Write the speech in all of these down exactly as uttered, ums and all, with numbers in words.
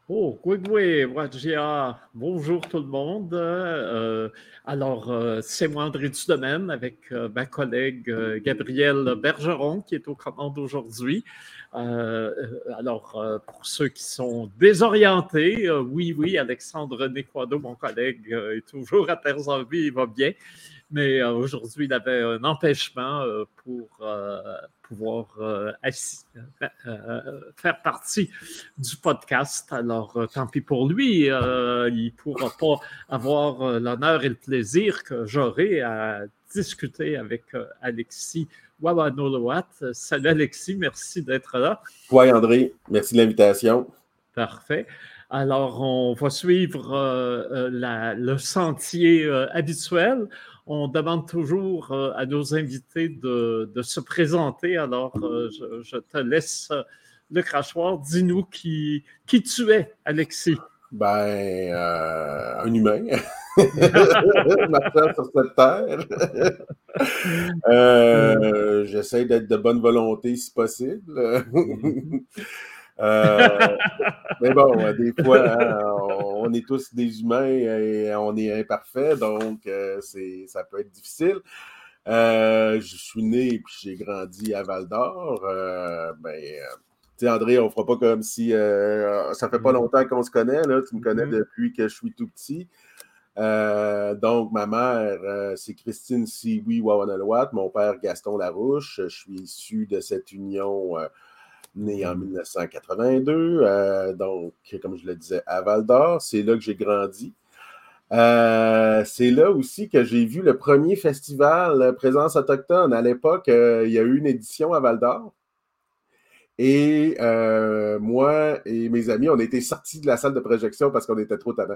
Oh, Gwigwe, Wajia, bonjour tout le monde. Euh, alors, euh, c'est moi, André Dudemaine, avec euh, ma collègue euh, Gabrielle Bergeron, qui est aux commandes aujourd'hui. Euh, alors, euh, pour ceux qui sont désorientés, euh, oui, oui, Alexandre Nequado, mon collègue, euh, est toujours à terre en vie, il va bien. Mais euh, aujourd'hui, il avait un empêchement euh, pour euh, pouvoir euh, assi- euh, faire partie du podcast. Alors, euh, tant pis pour lui, euh, il ne pourra pas avoir euh, l'honneur et le plaisir que j'aurai à discuter avec euh, Alexis Wawanolowat. Salut Alexis, merci d'être là. Oui, André, merci de l'invitation. Parfait. Alors, on va suivre euh, euh, la, le sentier euh, habituel. On demande toujours euh, à nos invités de, de se présenter. Alors, euh, je, je, te laisse le crachoir. Dis-nous qui, qui tu es, Alexis. Ben, euh, un humain, marchant sur cette terre. euh, j'essaie d'être de bonne volonté si possible. euh, mais bon, des fois, hein, on est tous des humains et on est imparfaits, donc euh, c'est, ça peut être difficile. Euh, je suis né et puis j'ai grandi à Val-d'Or. Euh, ben, tu sais, André, on fera pas comme si euh, ça fait pas longtemps qu'on se connaît. Là. Tu me connais depuis que je suis tout petit. Euh, donc, ma mère, euh, c'est Christine Sioui Wawanalwat, mon père Gaston Larouche. Je suis issu de cette union euh, née en dix-neuf cent quatre-vingt-deux. Euh, donc, comme je le disais, à Val-d'Or. C'est là que j'ai grandi. Euh, c'est là aussi que j'ai vu le premier festival Présence autochtone. À l'époque, euh, il y a eu une édition à Val-d'Or. Et euh, moi et mes amis, on était sortis de la salle de projection parce qu'on était trop tannants.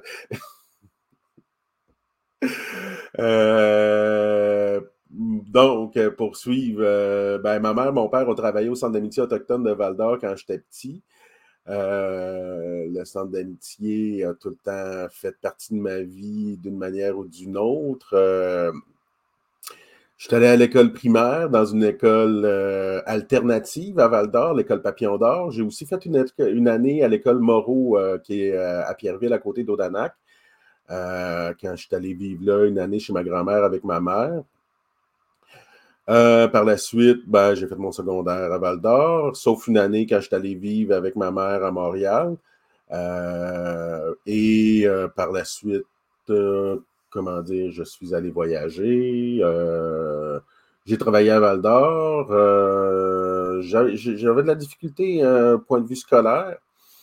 euh, donc, pour suivre, euh, ben, ma mère, mon père ont travaillé au Centre d'amitié autochtone de Val-d'Or quand j'étais petit. Euh, le Centre d'amitié a tout le temps fait partie de ma vie d'une manière ou d'une autre. Euh, Je suis allé à l'école primaire, dans une école euh, alternative à Val-d'Or, l'école Papillon d'Or. J'ai aussi fait une, une année à l'école Moreau, euh, qui est euh, à Pierreville, à côté d'Odanak. Euh, quand je suis allé vivre là une année chez ma grand-mère avec ma mère. Euh, par la suite, ben, j'ai fait mon secondaire à Val-d'Or, sauf une année quand je suis allé vivre avec ma mère à Montréal. Euh, et euh, par la suite, euh, comment dire, je suis allé voyager. Euh, j'ai travaillé à Val-d'Or. Euh, j'avais, j'avais de la difficulté, euh, point de vue scolaire.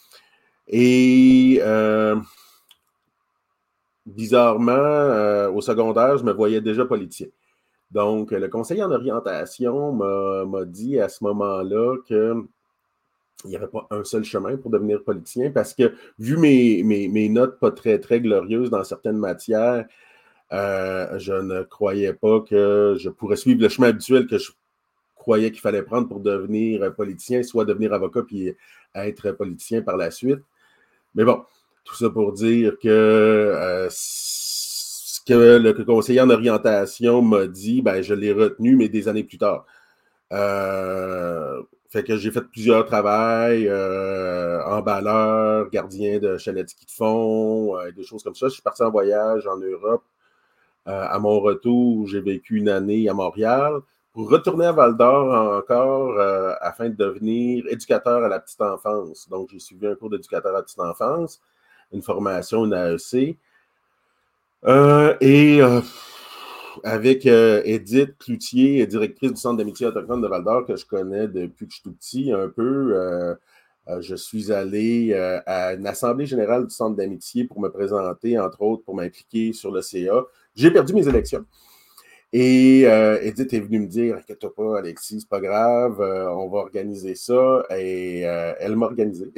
Et euh, bizarrement, euh, au secondaire, je me voyais déjà politicien. Donc, le conseiller en orientation m'a, m'a dit à ce moment-là que il n'y avait pas un seul chemin pour devenir politicien parce que, vu mes, mes, mes notes pas très, très glorieuses dans certaines matières, euh, je ne croyais pas que je pourrais suivre le chemin habituel que je croyais qu'il fallait prendre pour devenir politicien, soit devenir avocat puis être politicien par la suite. Mais bon, tout ça pour dire que euh, ce que le conseiller en orientation m'a dit, ben, je l'ai retenu, mais des années plus tard. Euh, fait que j'ai fait plusieurs travails, euh, emballeur, gardien de chalet de ski de fond, euh, des choses comme ça. Je suis parti en voyage en Europe. Euh, à mon retour, j'ai vécu une année à Montréal pour retourner à Val-d'Or encore euh, afin de devenir éducateur à la petite enfance. Donc, j'ai suivi un cours d'éducateur à la petite enfance, une formation, une A E C. Euh, et euh, avec euh, Edith Cloutier, directrice du Centre d'amitié autochtone de Val-d'Or, que je connais depuis que je suis tout petit, un peu. Euh, euh, je suis allé euh, à une assemblée générale du Centre d'amitié pour me présenter, entre autres, pour m'impliquer sur le C A. J'ai perdu mes élections. Et euh, Edith est venue me dire, inquiète-toi pas, Alexis, c'est pas grave, euh, on va organiser ça. Et euh, elle m'a organisé.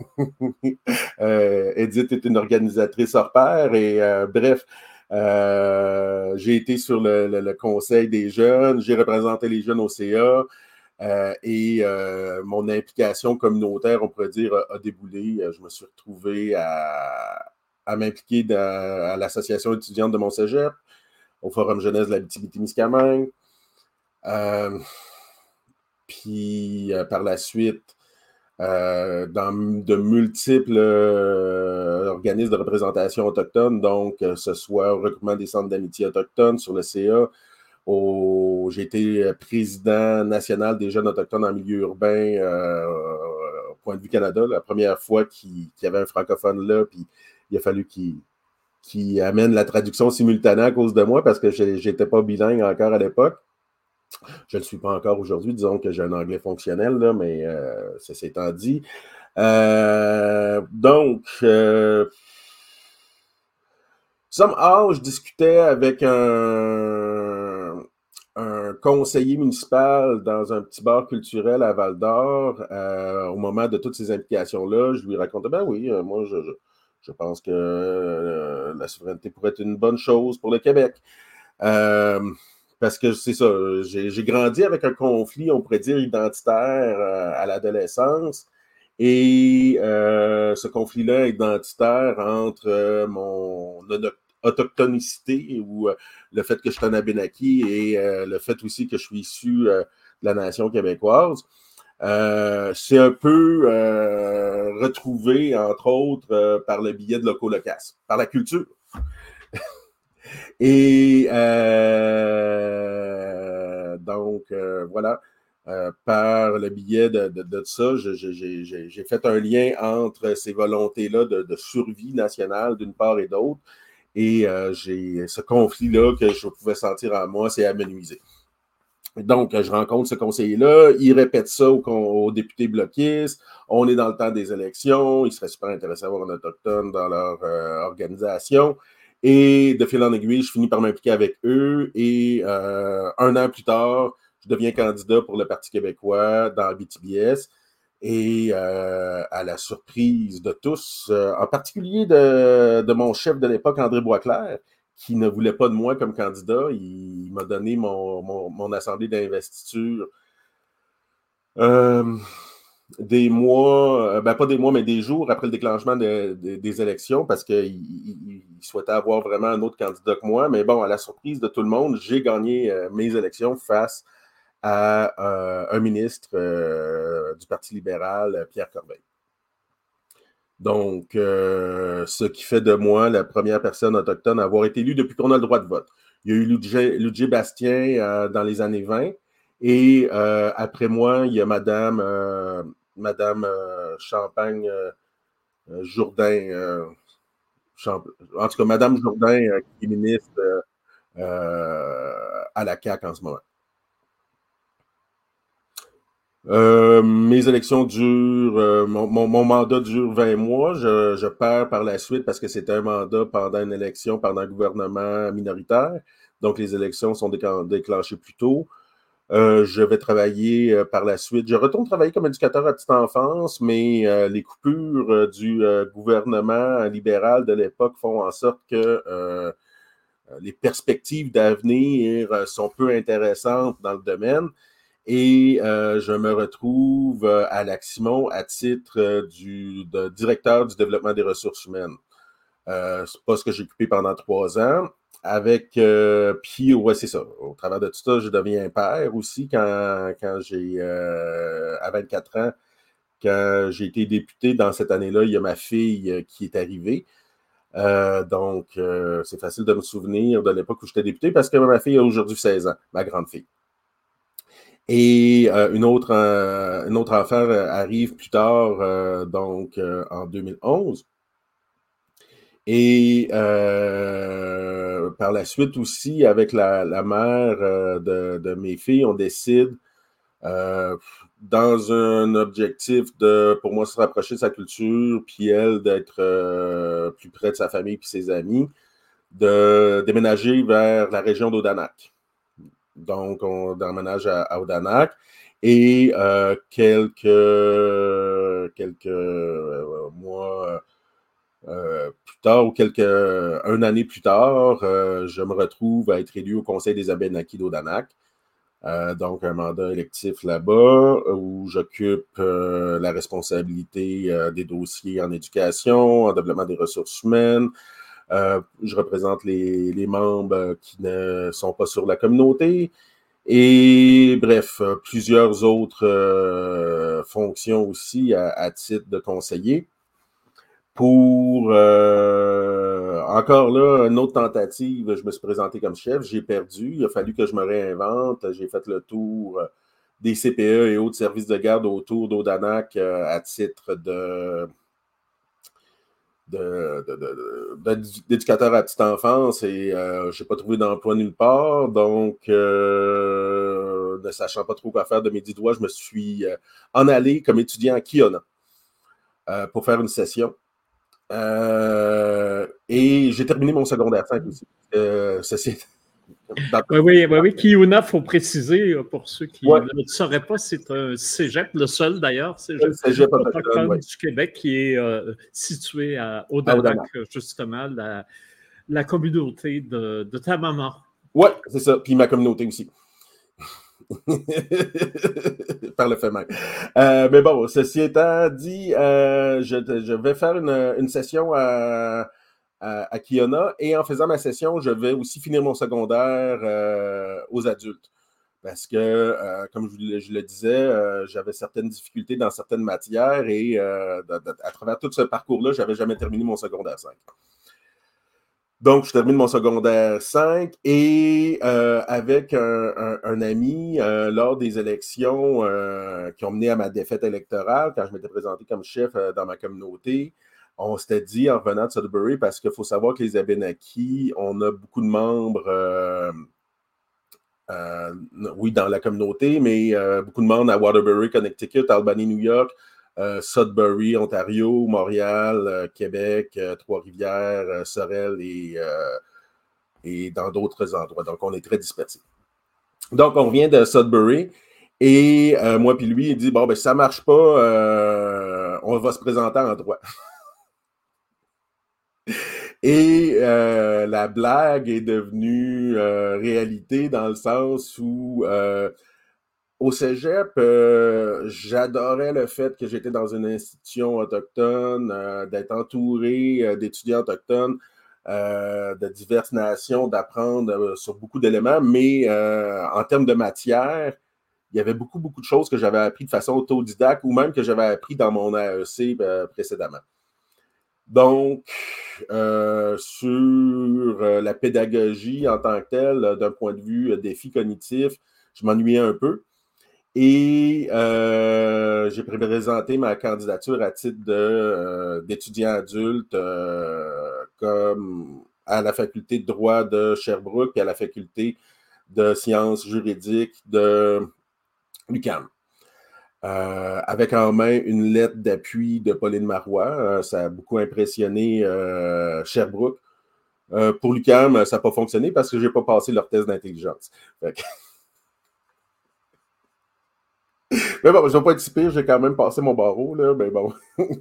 euh, Edith est une organisatrice hors pair. Et euh, bref, euh, j'ai été sur le, le, le conseil des jeunes, j'ai représenté les jeunes au C A. Euh, et euh, mon implication communautaire, on pourrait dire, a, a déboulé. Je me suis retrouvé à, à m'impliquer dans, à l'association étudiante de mon cégep, au Forum jeunesse de l'Abitibi-Témiscamingue. Euh, puis, euh, par la suite, euh, dans de multiples euh, organismes de représentation autochtone, donc que ce soit au regroupement des centres d'amitié autochtones sur le C A, au... j'ai été président national des jeunes autochtones en milieu urbain euh, au Point de vue Canada, la première fois qu'il, qu'il y avait un francophone là, puis il a fallu qu'il, qu'il amène la traduction simultanée à cause de moi parce que je n'étais pas bilingue encore à l'époque. Je ne le suis pas encore aujourd'hui, disons que j'ai un anglais fonctionnel, là, mais euh, ça s'est étant dit. Euh, donc, euh, somehow, je discutais avec un, un conseiller municipal dans un petit bar culturel à Val-d'Or euh, au moment de toutes ces implications-là. Je lui racontais, ben oui, euh, moi, je, je, je pense que euh, la souveraineté pourrait être une bonne chose pour le Québec. Euh, parce que c'est ça, j'ai, j'ai grandi avec un conflit, on pourrait dire, identitaire euh, à l'adolescence. Et euh, ce conflit-là identitaire entre euh, mon autochtonicité ou euh, le fait que je suis un Abénaki et euh, le fait aussi que je suis issu euh, de la nation québécoise, euh, c'est un peu euh, retrouvé, entre autres, euh, par le biais de Loco-Locas, par la culture. Et euh, donc, euh, voilà, euh, par le biais de, de, de ça, je, je, j'ai, j'ai fait un lien entre ces volontés-là de, de survie nationale d'une part et d'autre, et euh, j'ai ce conflit-là que je pouvais sentir en moi, c'est amenuisé. Donc, je rencontre ce conseiller-là, il répète ça aux, aux députés bloquistes, on est dans le temps des élections, il serait super intéressé à avoir un autochtone dans leur euh, organisation. Et de fil en aiguille, je finis par m'impliquer avec eux. Et euh, un an plus tard, je deviens candidat pour le Parti québécois dans B T B S. Et euh, à la surprise de tous, euh, en particulier de, de mon chef de l'époque, André Boisclair, qui ne voulait pas de moi comme candidat, il, il m'a donné mon, mon, mon assemblée d'investiture euh, des mois, ben pas des mois, mais des jours après le déclenchement de, de, des élections, parce qu'il il, il souhaitait avoir vraiment un autre candidat que moi. Mais bon, à la surprise de tout le monde, j'ai gagné euh, mes élections face à euh, un ministre euh, du Parti libéral, Pierre Corbeil. Donc, euh, ce qui fait de moi la première personne autochtone à avoir été élue depuis qu'on a le droit de vote. Il y a eu Ludger Bastien euh, dans les années vingt, et euh, après moi, il y a Madame, euh, Madame euh, Champagne euh, Jourdain, euh, Champ... en tout cas, Madame Jourdain, euh, qui est ministre euh, à la C A Q en ce moment. Euh, mes élections durent, euh, mon, mon, mon mandat dure vingt mois. Je, je perds par la suite parce que c'était un mandat pendant une élection, pendant un gouvernement minoritaire. Donc, les élections sont déclenchées plus tôt. Euh, je vais travailler euh, par la suite. Je retourne travailler comme éducateur à petite enfance, mais euh, les coupures euh, du euh, gouvernement libéral de l'époque font en sorte que euh, les perspectives d'avenir euh, sont peu intéressantes dans le domaine. Et euh, je me retrouve euh, à l'Aximon à titre euh, du, de directeur du développement des ressources humaines. Euh, c'est pas ce que j'ai occupé pendant trois ans. Avec, euh, puis, ouais, c'est ça. Au travers de tout ça, je deviens père aussi quand, quand j'ai, euh, à vingt-quatre ans, quand j'ai été député dans cette année-là, il y a ma fille euh, qui est arrivée. Euh, donc, euh, c'est facile de me souvenir de l'époque où j'étais député parce que ma fille a aujourd'hui seize ans, ma grande fille. Et euh, une autre euh, une autre affaire arrive plus tard, euh, donc euh, en deux mille onze. Et euh, par la suite aussi, avec la, la mère euh, de, de mes filles, on décide, euh, dans un objectif de, pour moi, se rapprocher de sa culture, puis elle, d'être euh, plus près de sa famille puis ses amis, de déménager vers la région d'Odanak. Donc, on déménage à, à Odanak. Et euh, quelques, quelques euh, mois euh, plus tard, ou quelques, une année plus tard, euh, je me retrouve à être élu au Conseil des Abénakis d'Odanak. Euh, donc, un mandat électif là-bas où j'occupe euh, la responsabilité euh, des dossiers en éducation, en développement des ressources humaines. Euh, je représente les, les membres qui ne sont pas sur la communauté. Et bref, plusieurs autres euh, fonctions aussi à, à titre de conseiller. Pour, euh, encore là, une autre tentative, je me suis présenté comme chef, j'ai perdu, il a fallu que je me réinvente, j'ai fait le tour des C P E et autres services de garde autour d'Odanak euh, à titre de, de, de, de, de, d'éducateur à petite enfance et euh, je n'ai pas trouvé d'emploi nulle part, donc euh, ne sachant pas trop quoi faire de mes dix doigts, je me suis euh, en allé comme étudiant à Kiona euh, pour faire une session. Euh, et j'ai terminé mon secondaire cinq aussi. Euh, ceci, oui, oui, oui, oui. Kiona, il faut préciser, pour ceux qui ouais. ne le sauraient pas, c'est un cégep, le seul d'ailleurs, cégep, cégep autochtone ouais. du Québec qui est euh, situé à Odanak, justement, la, la communauté de, de ta maman. Oui, c'est ça. Puis ma communauté aussi. Par le fait même. Euh, mais bon, ceci étant dit, euh, je, je vais faire une, une session à, à, à Kiona et en faisant ma session, je vais aussi finir mon secondaire euh, aux adultes. Parce que, euh, comme je, je le disais, euh, j'avais certaines difficultés dans certaines matières et euh, de, de, à travers tout ce parcours-là, je n'avais jamais terminé mon secondaire cinq. Donc, je termine mon secondaire cinq et euh, avec un, un, un ami, euh, lors des élections euh, qui ont mené à ma défaite électorale, quand je m'étais présenté comme chef euh, dans ma communauté, on s'était dit en revenant de Sudbury, parce qu'il faut savoir que les Abénakis, on a beaucoup de membres, euh, euh, oui, dans la communauté, mais euh, beaucoup de membres à Waterbury, Connecticut, Albany, New York, Euh, Sudbury, Ontario, Montréal, euh, Québec, euh, Trois-Rivières, euh, Sorel et, euh, et dans d'autres endroits. Donc, on est très dispersés. Donc, on vient de Sudbury et euh, moi puis lui, il dit, bon, ben, si ça ne marche pas, euh, on va se présenter en droit. Et euh, la blague est devenue euh, réalité dans le sens où euh, au cégep, euh, j'adorais le fait que j'étais dans une institution autochtone, euh, d'être entouré euh, d'étudiants autochtones euh, de diverses nations, d'apprendre euh, sur beaucoup d'éléments, mais euh, en termes de matière, il y avait beaucoup, beaucoup de choses que j'avais appris de façon autodidacte ou même que j'avais appris dans mon A E C euh, précédemment. Donc, euh, sur euh, la pédagogie en tant que telle, d'un point de vue euh, défi cognitif, je m'ennuyais un peu. Et euh, j'ai présenté ma candidature à titre de, euh, d'étudiant adulte euh, comme à la faculté de droit de Sherbrooke et à la faculté de sciences juridiques de l'U Q A M. Euh, avec en main une lettre d'appui de Pauline Marois. Euh, ça a beaucoup impressionné euh, Sherbrooke. Euh, pour l'U Q A M, ça n'a pas fonctionné parce que je n'ai pas passé leur test d'intelligence. Fait que... Mais bon, je ne vais pas être si pire, j'ai quand même passé mon barreau, là, mais bon.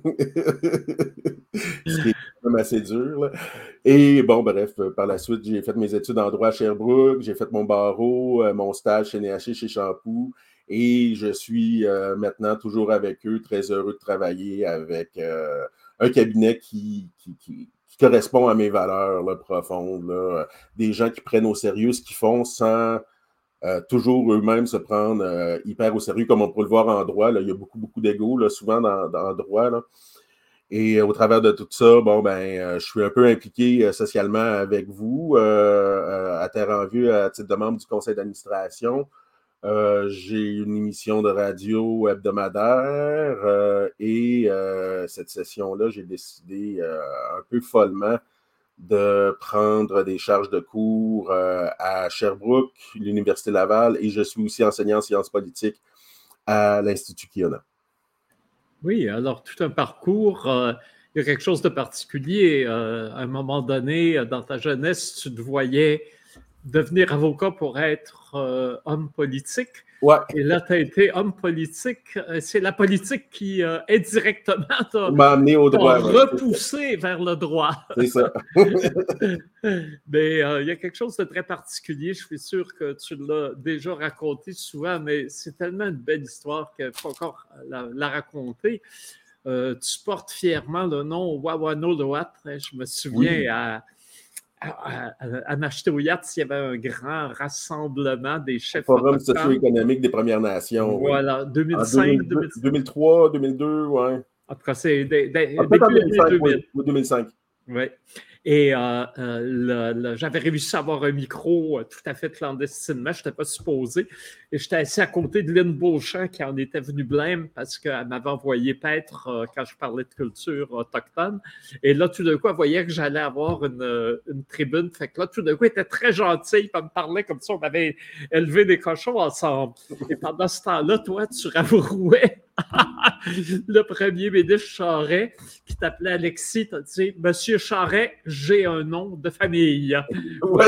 Ce qui est quand même assez dur, là. Et bon, bref, par la suite, j'ai fait mes études en droit à Sherbrooke, j'ai fait mon barreau, euh, mon stage chez N H I chez Champoux, et je suis euh, maintenant toujours avec eux, très heureux de travailler avec euh, un cabinet qui, qui, qui, qui correspond à mes valeurs là, profondes, là. Des gens qui prennent au sérieux ce qu'ils font sans... Euh, toujours eux-mêmes se prendre euh, hyper au sérieux, comme on peut le voir en droit. Là. Il y a beaucoup, beaucoup d'ego, là, souvent dans, dans le droit. Là. Et euh, au travers de tout ça, bon, ben, euh, je suis un peu impliqué euh, socialement avec vous, euh, euh, à Terre en Vue, à titre de membre du conseil d'administration. Euh, j'ai une émission de radio hebdomadaire euh, et euh, cette session-là, j'ai décidé euh, un peu follement de prendre des charges de cours euh, à Sherbrooke, l'Université Laval, et je suis aussi enseignant en sciences politiques à l'Institut Kiona. Oui, alors tout un parcours. Euh, il y a quelque chose de particulier. Euh, à un moment donné, dans ta jeunesse, tu te voyais devenir avocat pour être euh, homme politique. Ouais. Et là, tu as été homme politique. C'est la politique qui euh, indirectement t'a, m'a amené au droit, t'a repoussé vers le droit. C'est ça. Mais euh, il y a quelque chose de très particulier. Je suis sûr que tu l'as déjà raconté souvent, mais c'est tellement une belle histoire qu'il faut encore la, la raconter. Euh, tu portes fièrement le nom Wawanodoat. Je me souviens oui. à à, à, à Nashtoyat, il y avait un grand rassemblement des chefs Forum autochtones. socio-économique des Premières Nations. Voilà, Oui. deux mille cinq, en deux mille deux, deux mille trois, deux mille deux, ouais. En tout cas, c'est des, des, Ah, peut-être en début deux mille cinq, deux mille. oui, deux mille cinq. Oui. Et euh, euh, le, le, j'avais réussi à avoir un micro euh, tout à fait clandestinement, je n'étais pas supposé. Et j'étais assis à côté de Lynn Beauchamp qui en était venue blême parce qu'elle m'avait envoyé paître euh, quand je parlais de culture autochtone. Et là, tout d'un coup, elle voyait que j'allais avoir une, une tribune. Fait que là, tout d'un coup, elle était très gentille. Elle me parlait comme ça, on avait élevé des cochons ensemble. Et pendant ce temps-là, toi, tu ravouais le premier ministre Charest qui t'appelait Alexis, t'as dit « Monsieur Charest, j'ai un nom de famille. » Ouais.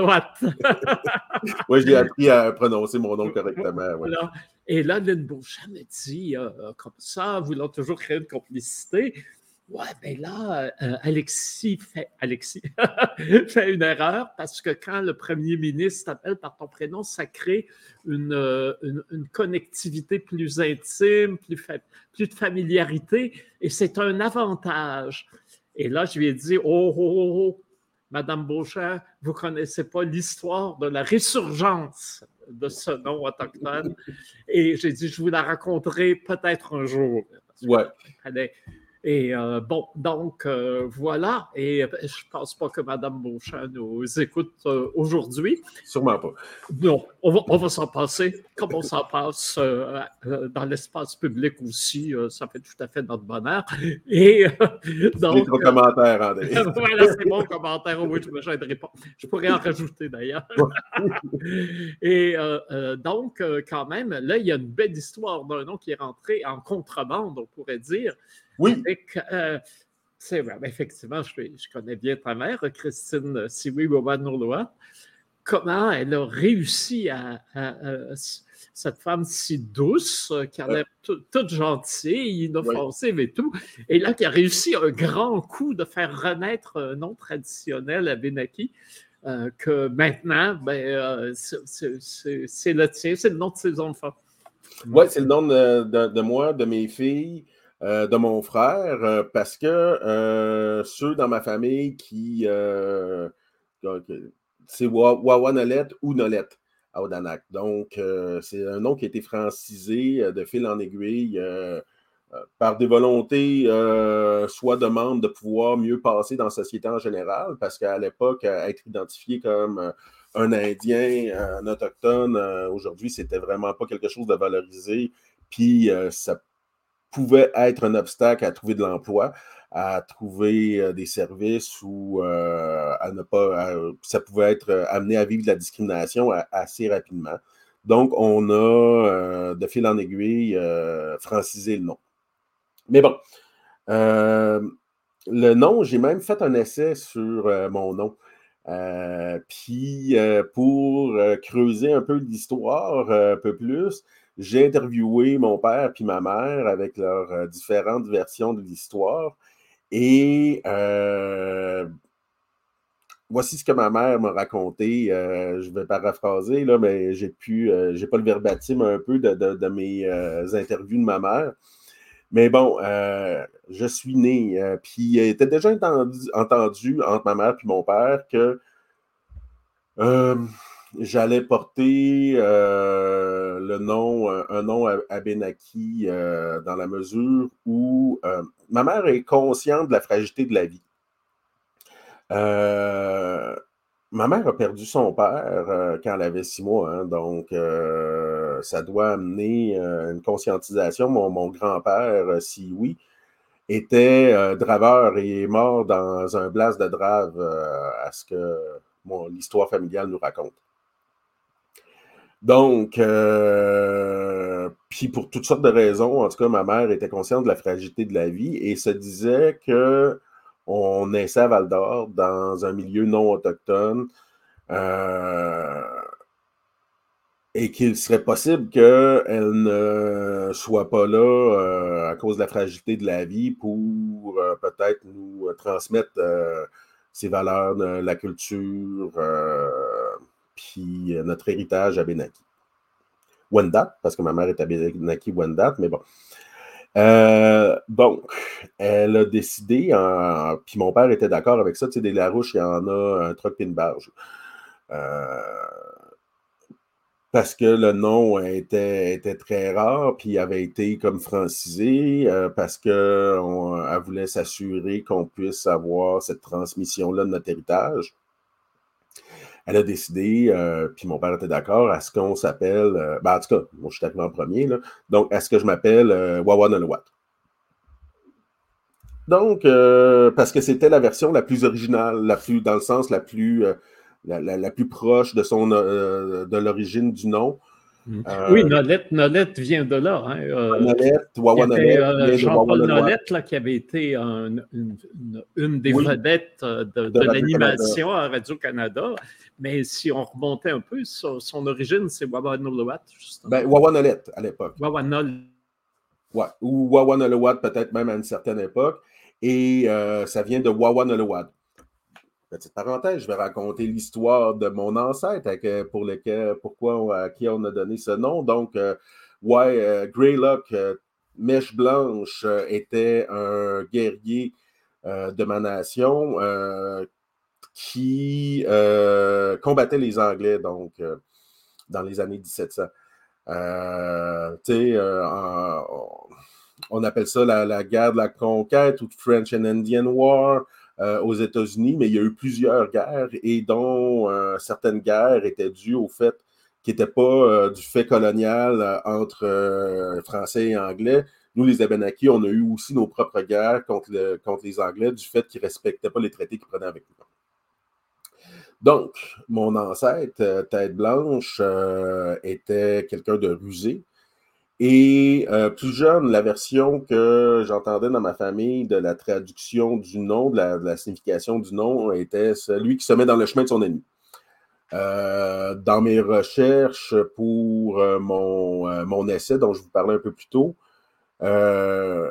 Oui, j'ai appris à prononcer mon nom correctement. Ouais. Voilà. Et là, Lynn Beauchamp me dit, euh, comme ça, voulant toujours créer une complicité, ouais, mais là, euh, Alexis, fait, Alexis fait une erreur parce que quand le premier ministre t'appelle par ton prénom, ça crée une, une, une connectivité plus intime, plus, fa- plus de familiarité et c'est un avantage. Et là, je lui ai dit, oh, oh, oh, oh Madame Beauchamp, vous ne connaissez pas l'histoire de la résurgence de ce nom autochtone. Et j'ai dit, je vous la raconterai peut-être un jour. Ouais. Et euh, bon, donc euh, voilà. Et je ne pense pas que Mme Beauchamp nous écoute euh, aujourd'hui. Sûrement pas. Non, on va, on va s'en passer. Comme on s'en passe euh, euh, dans l'espace public aussi, euh, ça fait tout à fait notre bonheur. Et euh, donc. C'est ton commentaire, André. Voilà, c'est mon commentaire. Oui, je ne me gênerai pas. Je pourrais en rajouter d'ailleurs. Et euh, euh, donc, euh, quand même, là, il y a une belle histoire d'un nom qui est rentré en contrebande, on pourrait dire. Oui. Avec, euh, c'est vrai, effectivement, je, je connais bien ta mère, Christine Siwi-Wawanourloa. Comment elle a réussi à, à, à cette femme si douce, qui a l'air toute gentille, inoffensive oui. et tout, et là qui a réussi un grand coup de faire renaître un nom traditionnel à Benaki, euh, que maintenant, ben, euh, c'est, c'est, c'est le tien, c'est le nom de ses enfants. Oui, c'est le nom de, de, de moi, de mes filles. Euh, de mon frère, euh, parce que euh, ceux dans ma famille qui... Euh, donc, c'est Wawa-Nolette ou Nolette à Odanak. Donc, euh, c'est un nom qui a été francisé euh, de fil en aiguille euh, euh, par des volontés, euh, soit de membres de pouvoir mieux passer dans la société en général, parce qu'à l'époque, être identifié comme euh, un Indien, un Autochtone, euh, aujourd'hui, c'était vraiment pas quelque chose de valorisé, puis euh, ça pouvait être un obstacle à trouver de l'emploi, à trouver euh, des services ou euh, à ne pas. À, ça pouvait être amené à vivre de la discrimination à, assez rapidement. Donc, on a, euh, de fil en aiguille, euh, francisé le nom. Mais bon, euh, le nom, j'ai même fait un essai sur euh, mon nom. Euh, puis, euh, pour euh, creuser un peu l'histoire euh, un peu plus, j'ai interviewé mon père puis ma mère avec leurs euh, différentes versions de l'histoire. Et euh, voici ce que ma mère m'a raconté. Euh, je vais paraphraser, là, mais j'ai pu, euh, j'ai pas le verbatim un peu de, de, de mes euh, interviews de ma mère. Mais bon, euh, je suis né, euh, puis il était déjà entendu, entendu entre ma mère et mon père que euh, j'allais porter euh, le nom, un nom Abénaki euh, dans la mesure où euh, ma mère est consciente de la fragilité de la vie. Euh, ma mère a perdu son père euh, quand elle avait six mois, hein, donc euh, ça doit amener euh, une conscientisation. Mon, mon grand-père, euh, si oui, était euh, draveur et est mort dans un blast de drave euh, à ce que bon, l'histoire familiale nous raconte. Donc, euh, puis pour toutes sortes de raisons, en tout cas, ma mère était consciente de la fragilité de la vie et se disait que on naissait à Val-d'Or dans un milieu non autochtone euh, et qu'il serait possible qu'elle ne soit pas là euh, à cause de la fragilité de la vie pour euh, peut-être nous euh, transmettre euh, ces valeurs, de la culture, euh, puis notre héritage abénaki. Wendat, parce que ma mère est abénaki Wendat, mais bon. Euh, bon, elle a décidé, en... puis mon père était d'accord avec ça, tu sais, des Larouche, il y en a un truck et une barge. Euh... Parce que le nom était, était très rare, puis il avait été comme francisé, euh, parce qu'elle voulait s'assurer qu'on puisse avoir cette transmission-là de notre héritage. Elle a décidé, euh, puis mon père était d'accord, à ce qu'on s'appelle, euh, ben en tout cas, moi je suis arrivé en premier, là, donc à ce que je m'appelle euh, Wawanalawat. Donc, euh, parce que c'était la version la plus originale, la plus, dans le sens la plus, euh, la, la, la plus proche de, son, euh, de l'origine du nom. Euh, oui, Nolette, Nolette vient de là. Hein. Euh, Nolette, Wawanolette, euh, Jean-Paul Nolette, là, qui avait été un, une, une, une des oui, vedettes de, de, de l'animation à Radio-Canada. Mais si on remontait un peu, son, son origine, c'est Wawanolewat, justement. Ben, Wawanolette, à l'époque. Wawanol. Ouais, ou Wawanolewat, peut-être même à une certaine époque. Et euh, ça vient de Wawanolewat. Petite parenthèse, je vais raconter l'histoire de mon ancêtre, avec, pour lequel, pourquoi, à qui on a donné ce nom. Donc, euh, ouais, euh, Greylock, euh, Mèche Blanche, euh, était un guerrier euh, de ma nation euh, qui euh, combattait les Anglais, donc, euh, dans les années dix-sept cents. Euh, tu sais, euh, on appelle ça la, la guerre de la conquête ou French and Indian War. Euh, aux États-Unis, mais il y a eu plusieurs guerres et dont euh, certaines guerres étaient dues au fait qui n'étaient pas euh, du fait colonial euh, entre euh, Français et Anglais. Nous, les Abénaquis, on a eu aussi nos propres guerres contre, le, contre les Anglais du fait qu'ils ne respectaient pas les traités qu'ils prenaient avec nous. Donc, mon ancêtre, euh, Tête Blanche, euh, était quelqu'un de rusé. Et euh, plus jeune, la version que j'entendais dans ma famille de la traduction du nom, de la, de la signification du nom, était celui qui se met dans le chemin de son ennemi. Euh, dans mes recherches pour euh, mon, euh, mon essai dont je vous parlais un peu plus tôt, euh,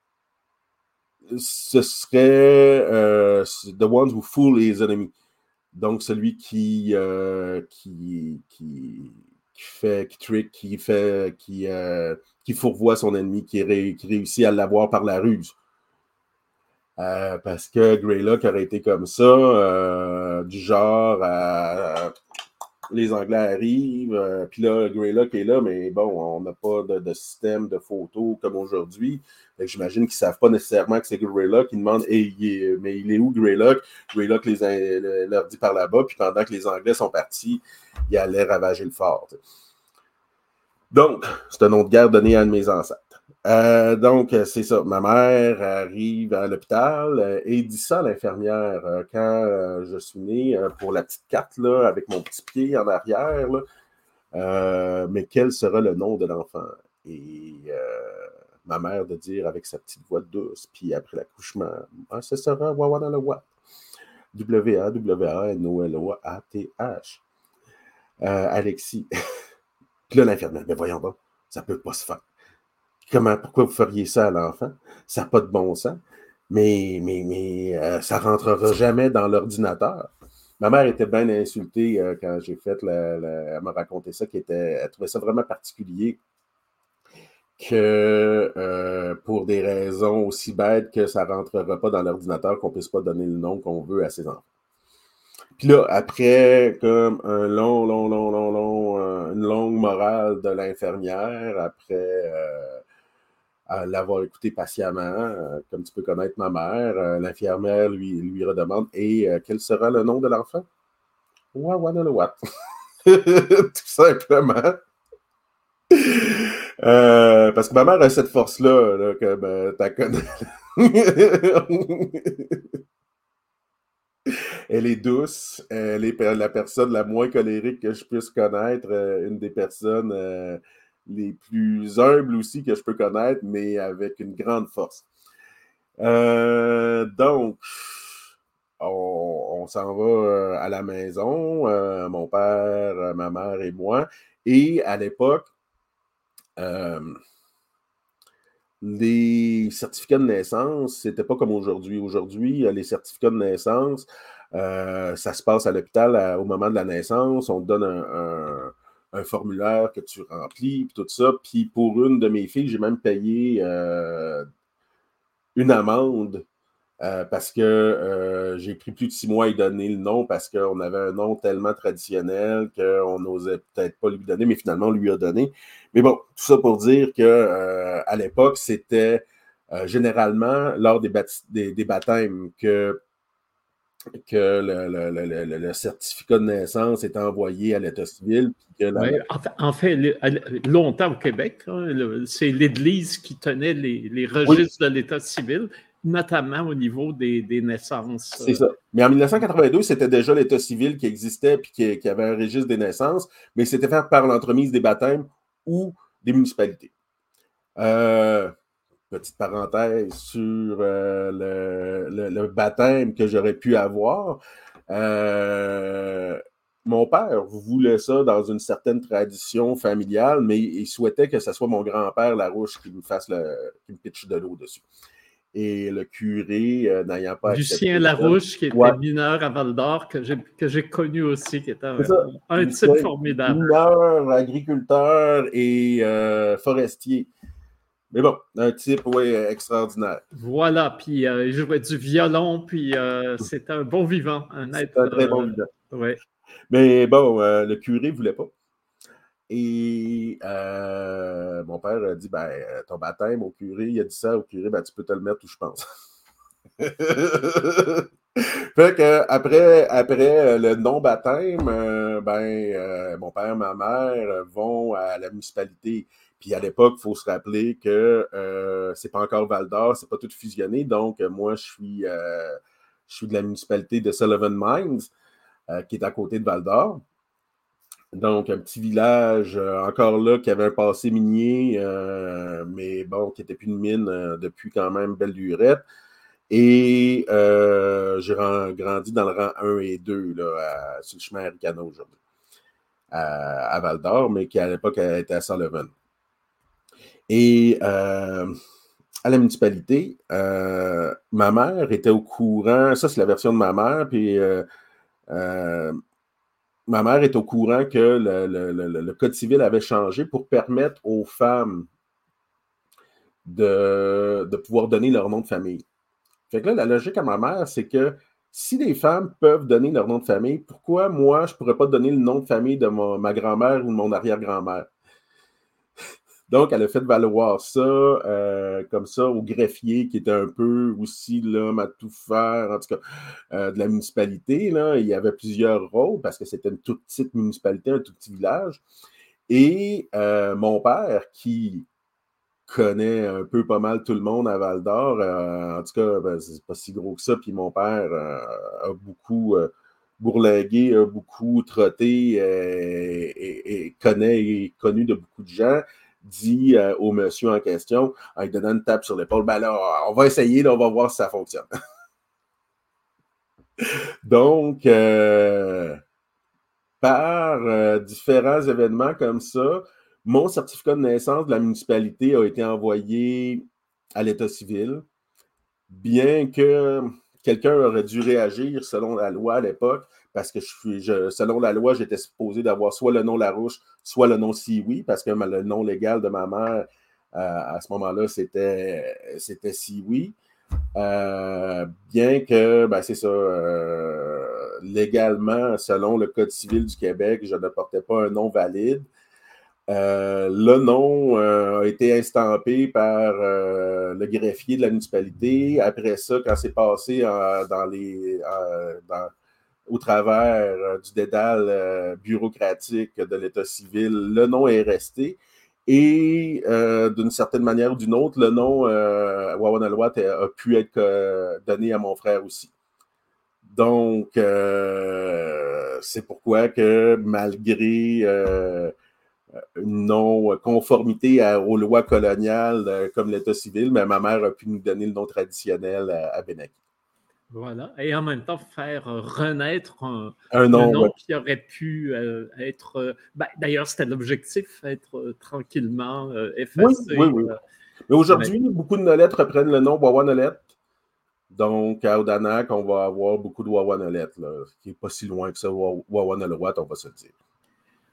ce serait euh, The Ones Who Fool His Enemy. Donc, celui qui, euh, qui, qui, qui fait, qui trick, qui fait, qui, euh, qui fourvoie son ennemi, qui, ré, qui réussit à l'avoir par la ruse. Euh, parce que Greylock aurait été comme ça, euh, du genre, euh, les Anglais arrivent, euh, puis là, Greylock est là, mais bon, on n'a pas de, de système de photos comme aujourd'hui. J'imagine qu'ils ne savent pas nécessairement que c'est Greylock. Ils demandent hey, il est, mais il est où Greylock? Greylock les a, leur dit par là-bas, puis pendant que les Anglais sont partis, il allait ravager le fort. T'sais. Donc, c'est un nom de guerre donné à un de mes ancêtres. Euh, donc, c'est ça. Ma mère arrive à l'hôpital euh, et dit ça à l'infirmière euh, quand euh, je suis né, euh, pour la petite carte, là, avec mon petit pied en arrière. Là, euh, mais quel sera le nom de l'enfant? Et euh, ma mère de dire avec sa petite voix douce, puis après l'accouchement, ah, ce sera Wawanalawat. W A W A N O L O A T H. Euh, Alexis. Puis là, l'infirmière, mais voyons donc, ça peut pas se faire. Comment, pourquoi vous feriez ça à l'enfant? Ça n'a pas de bon sens. Mais, mais, mais euh, ça ne rentrera jamais dans l'ordinateur. Ma mère était bien insultée euh, quand j'ai fait, la, la, elle m'a raconté ça, qu'elle était, elle trouvait ça vraiment particulier que euh, pour des raisons aussi bêtes que ça ne rentrera pas dans l'ordinateur, qu'on ne puisse pas donner le nom qu'on veut à ses enfants. Puis là, après, comme un long, long, long, long, long, euh, une longue morale de l'infirmière, après... Euh, à l'avoir écouté patiemment, euh, comme tu peux connaître ma mère. Euh, l'infirmière lui, lui redemande « Et euh, quel sera le nom de l'enfant? » « Wawanalawat. » Tout simplement. Euh, parce que ma mère a cette force-là, là, que ben, t'as connais. Elle est douce, elle est la personne la moins colérique que je puisse connaître, euh, une des personnes... Euh, les plus humbles aussi que je peux connaître, mais avec une grande force. Euh, donc, on, on s'en va à la maison, euh, mon père, ma mère et moi. Et à l'époque, euh, les certificats de naissance, c'était pas comme aujourd'hui. Aujourd'hui, les certificats de naissance, euh, ça se passe à l'hôpital à, au moment de la naissance. On te donne un... un un formulaire que tu remplis, puis tout ça. Puis pour une de mes filles, j'ai même payé euh, une amende euh, parce que euh, j'ai pris plus de six mois à y donner le nom parce qu'on avait un nom tellement traditionnel qu'on n'osait peut-être pas lui donner, mais finalement, on lui a donné. Mais bon, tout ça pour dire que euh, à l'époque, c'était euh, généralement lors des, bat- des, des baptêmes que que le, le, le, le, le certificat de naissance est envoyé à l'État civil. Puis que la... Oui, en fait, en fait, longtemps au Québec, hein, le, c'est l'Église qui tenait les, les registres oui. de l'État civil, notamment au niveau des, des naissances. C'est ça. Mais en dix-neuf cent quatre-vingt-deux, c'était déjà l'État civil qui existait et qui, qui avait un registre des naissances, mais c'était fait par l'entremise des baptêmes ou des municipalités. Euh, petite parenthèse sur euh, le, le, le baptême que j'aurais pu avoir. Euh, mon père voulait ça dans une certaine tradition familiale, mais il souhaitait que ce soit mon grand-père Larouche qui me fasse le, qui me pitche de l'eau dessus. Et le curé, euh, n'ayant pas accepté. Lucien Larouche, qui était ouais. mineur à Val-d'Or, que j'ai, que j'ai connu aussi, qui était un, un Lucien, type formidable. Mineur, agriculteur et euh, forestier. Mais bon, un type, oui, extraordinaire. Voilà, puis euh, il jouait du violon, puis euh, c'était un bon vivant, un être. C'était un très bon euh, vivant. Ouais. Mais bon, euh, le curé ne voulait pas. Et euh, mon père a dit, ben, ton baptême au curé, il a dit ça au curé, ben, tu peux te le mettre où je pense. Fait que après, après le non-baptême, euh, ben, euh, mon père, ma mère vont à la municipalité. Puis à l'époque, il faut se rappeler que euh, c'est pas encore Val-d'Or, c'est pas tout fusionné. Donc, moi, je suis, euh, je suis de la municipalité de Sullivan Mines, euh, qui est à côté de Val-d'Or. Donc, un petit village, euh, encore là, qui avait un passé minier, euh, mais bon, qui n'était plus une mine euh, depuis quand même belle lurette. Et euh, j'ai grandi dans le rang un et deux, là, à, sur le chemin Aricana aujourd'hui, à, à Val-d'Or, mais qui à l'époque était à Sullivan. Et euh, à la municipalité, euh, ma mère était au courant, ça c'est la version de ma mère, puis euh, euh, ma mère est au courant que le, le, le, le Code civil avait changé pour permettre aux femmes de, de pouvoir donner leur nom de famille. Fait que là, la logique à ma mère, c'est que si les femmes peuvent donner leur nom de famille, pourquoi moi, je ne pourrais pas donner le nom de famille de ma, ma grand-mère ou de mon arrière-grand-mère? Donc, elle a fait valoir ça euh, comme ça au greffier, qui était un peu aussi l'homme à tout faire, en tout cas, euh, de la municipalité. Là. Il y avait plusieurs rôles parce que c'était une toute petite municipalité, un tout petit village. Et euh, mon père, qui connaît un peu pas mal tout le monde à Val-d'Or, euh, en tout cas, ben, c'est pas si gros que ça. Puis mon père euh, a beaucoup euh, bourlingué, a beaucoup trotté euh, et, et connaît et est connu de beaucoup de gens. Dit euh, au monsieur en question, en lui donnant une tape sur l'épaule, ben là, on va essayer, là, on va voir si ça fonctionne. Donc, euh, par euh, différents événements comme ça, mon certificat de naissance de la municipalité a été envoyé à l'État civil, bien que quelqu'un aurait dû réagir selon la loi à l'époque, parce que je suis, je, selon la loi, j'étais supposé d'avoir soit le nom Larouche, soit le nom Sioui, parce que le nom légal de ma mère, euh, à ce moment-là, c'était, c'était Sioui. Euh, bien que, ben, c'est ça, euh, légalement, selon le Code civil du Québec, je ne portais pas un nom valide. Euh, le nom euh, a été instampé par euh, le greffier de la municipalité. Après ça, quand c'est passé euh, dans les, euh, dans, au travers euh, du dédale euh, bureaucratique de l'État civil, le nom est resté. Et euh, d'une certaine manière ou d'une autre, le nom euh, Wawanalwat a, a pu être euh, donné à mon frère aussi. Donc, euh, c'est pourquoi que malgré euh, une non-conformité à, aux lois coloniales euh, comme l'État civil, mais ma mère a pu nous donner le nom traditionnel à, à Benaki. Voilà, et en même temps faire renaître un, un nom, un nom ouais. qui aurait pu euh, être, euh, ben, d'ailleurs c'était l'objectif, être euh, tranquillement euh, effacé. Oui, oui, oui. Euh, mais aujourd'hui, mais... beaucoup de Nolettes reprennent le nom Wawa-Nolette. Donc, à Odanak, on va avoir beaucoup de Wawa-Nolette, là, qui n'est pas si loin que ça, Wawa-Nolette, on va se le dire.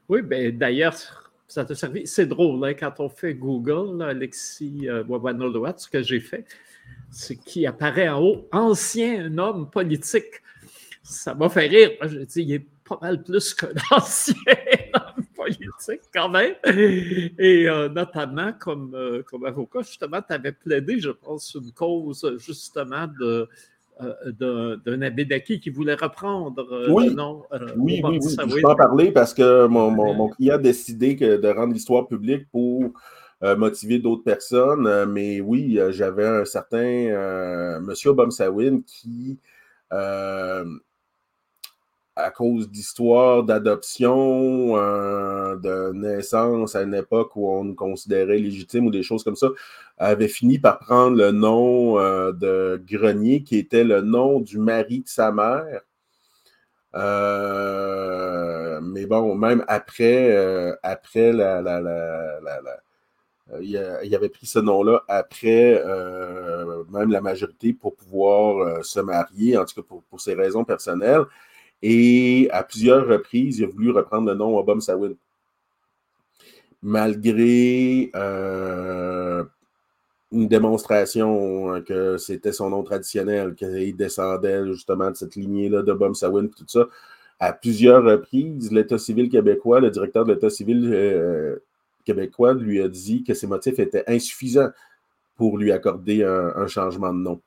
Oui, bien, d'ailleurs, ça t'a servi. C'est drôle, hein, quand on fait Google, là, Alexis euh, Wawanoa, ce que j'ai fait, c'est qu'il apparaît en haut « Ancien homme politique ». Ça m'a fait rire. Je dis, il est pas mal plus qu'un ancien homme politique, quand même. Et euh, notamment, comme, euh, comme avocat, justement, tu avais plaidé, je pense, une cause, justement, de, euh, d'un Abédaki qui voulait reprendre euh, Oui. le nom euh, Oui, Obama oui, oui. Puis je Sawin. peux en parler parce que mon, mon, mon client a décidé que de rendre l'histoire publique pour euh, motiver d'autres personnes. Euh, mais oui, euh, j'avais un certain euh, monsieur Obama Sawin qui, euh, à cause d'histoires d'adoption, euh, de naissance à une époque où on nous considérait légitime ou des choses comme ça, avait fini par prendre le nom euh, de Grenier, qui était le nom du mari de sa mère. Euh, mais bon, même après, euh, après la, la, la, la, la euh, il, a, il avait pris ce nom-là après euh, même la majorité pour pouvoir euh, se marier, en tout cas pour, pour ses raisons personnelles. Et à plusieurs reprises, il a voulu reprendre le nom Obama Sawin. Malgré euh, une démonstration que c'était son nom traditionnel, qu'il descendait justement de cette lignée-là d'Obama Sawin, tout ça. À plusieurs reprises, l'État civil québécois, le directeur de l'État civil euh, québécois lui a dit que ses motifs étaient insuffisants pour lui accorder un, un changement de nom.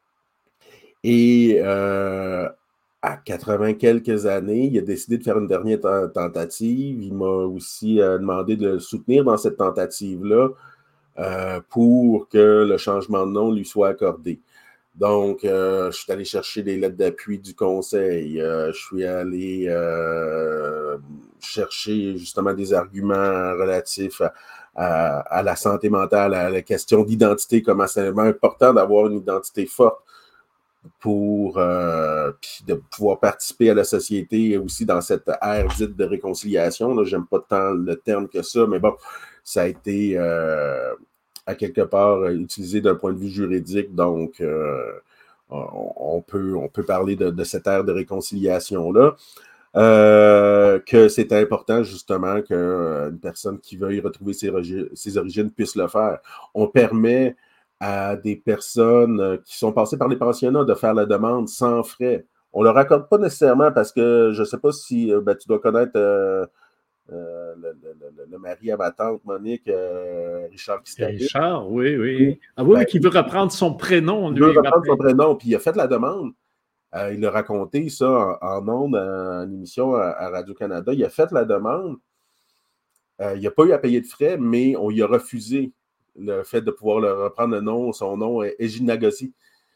Et euh, à quatre-vingts quelques années, il a décidé de faire une dernière t- tentative. Il m'a aussi euh, demandé de le soutenir dans cette tentative-là euh, pour que le changement de nom lui soit accordé. Donc, euh, je suis allé chercher des lettres d'appui du conseil. Euh, je suis allé euh, chercher justement des arguments relatifs à, à, à la santé mentale, à la question d'identité, comment c'est important d'avoir une identité forte pour euh, de pouvoir participer à la société et aussi dans cette ère dite de réconciliation. Là, j'aime pas tant le terme que ça, mais bon, ça a été euh, à quelque part utilisé d'un point de vue juridique, donc euh, on, on, peut, on peut parler de, de cette ère de réconciliation-là. Euh, que c'est important justement qu'une personne qui veuille retrouver ses, ses origines puisse le faire. On permet à des personnes qui sont passées par les pensionnats de faire la demande sans frais. On ne le raccorde pas nécessairement parce que je ne sais pas si ben, tu dois connaître euh, euh, le, le, le mari à ma tante, Monique, euh, Richard Kistabit. Richard, oui, oui. Ah oui, ben, mais qui veut reprendre son prénom. Il lui, veut reprendre son prénom, puis il a fait la demande. Euh, il a raconté ça en, en ondes, en émission à, à Radio-Canada. Il a fait la demande. Euh, il n'a pas eu à payer de frais, mais on lui a refusé le fait de pouvoir le reprendre le nom. Son nom est Égide Nagosi.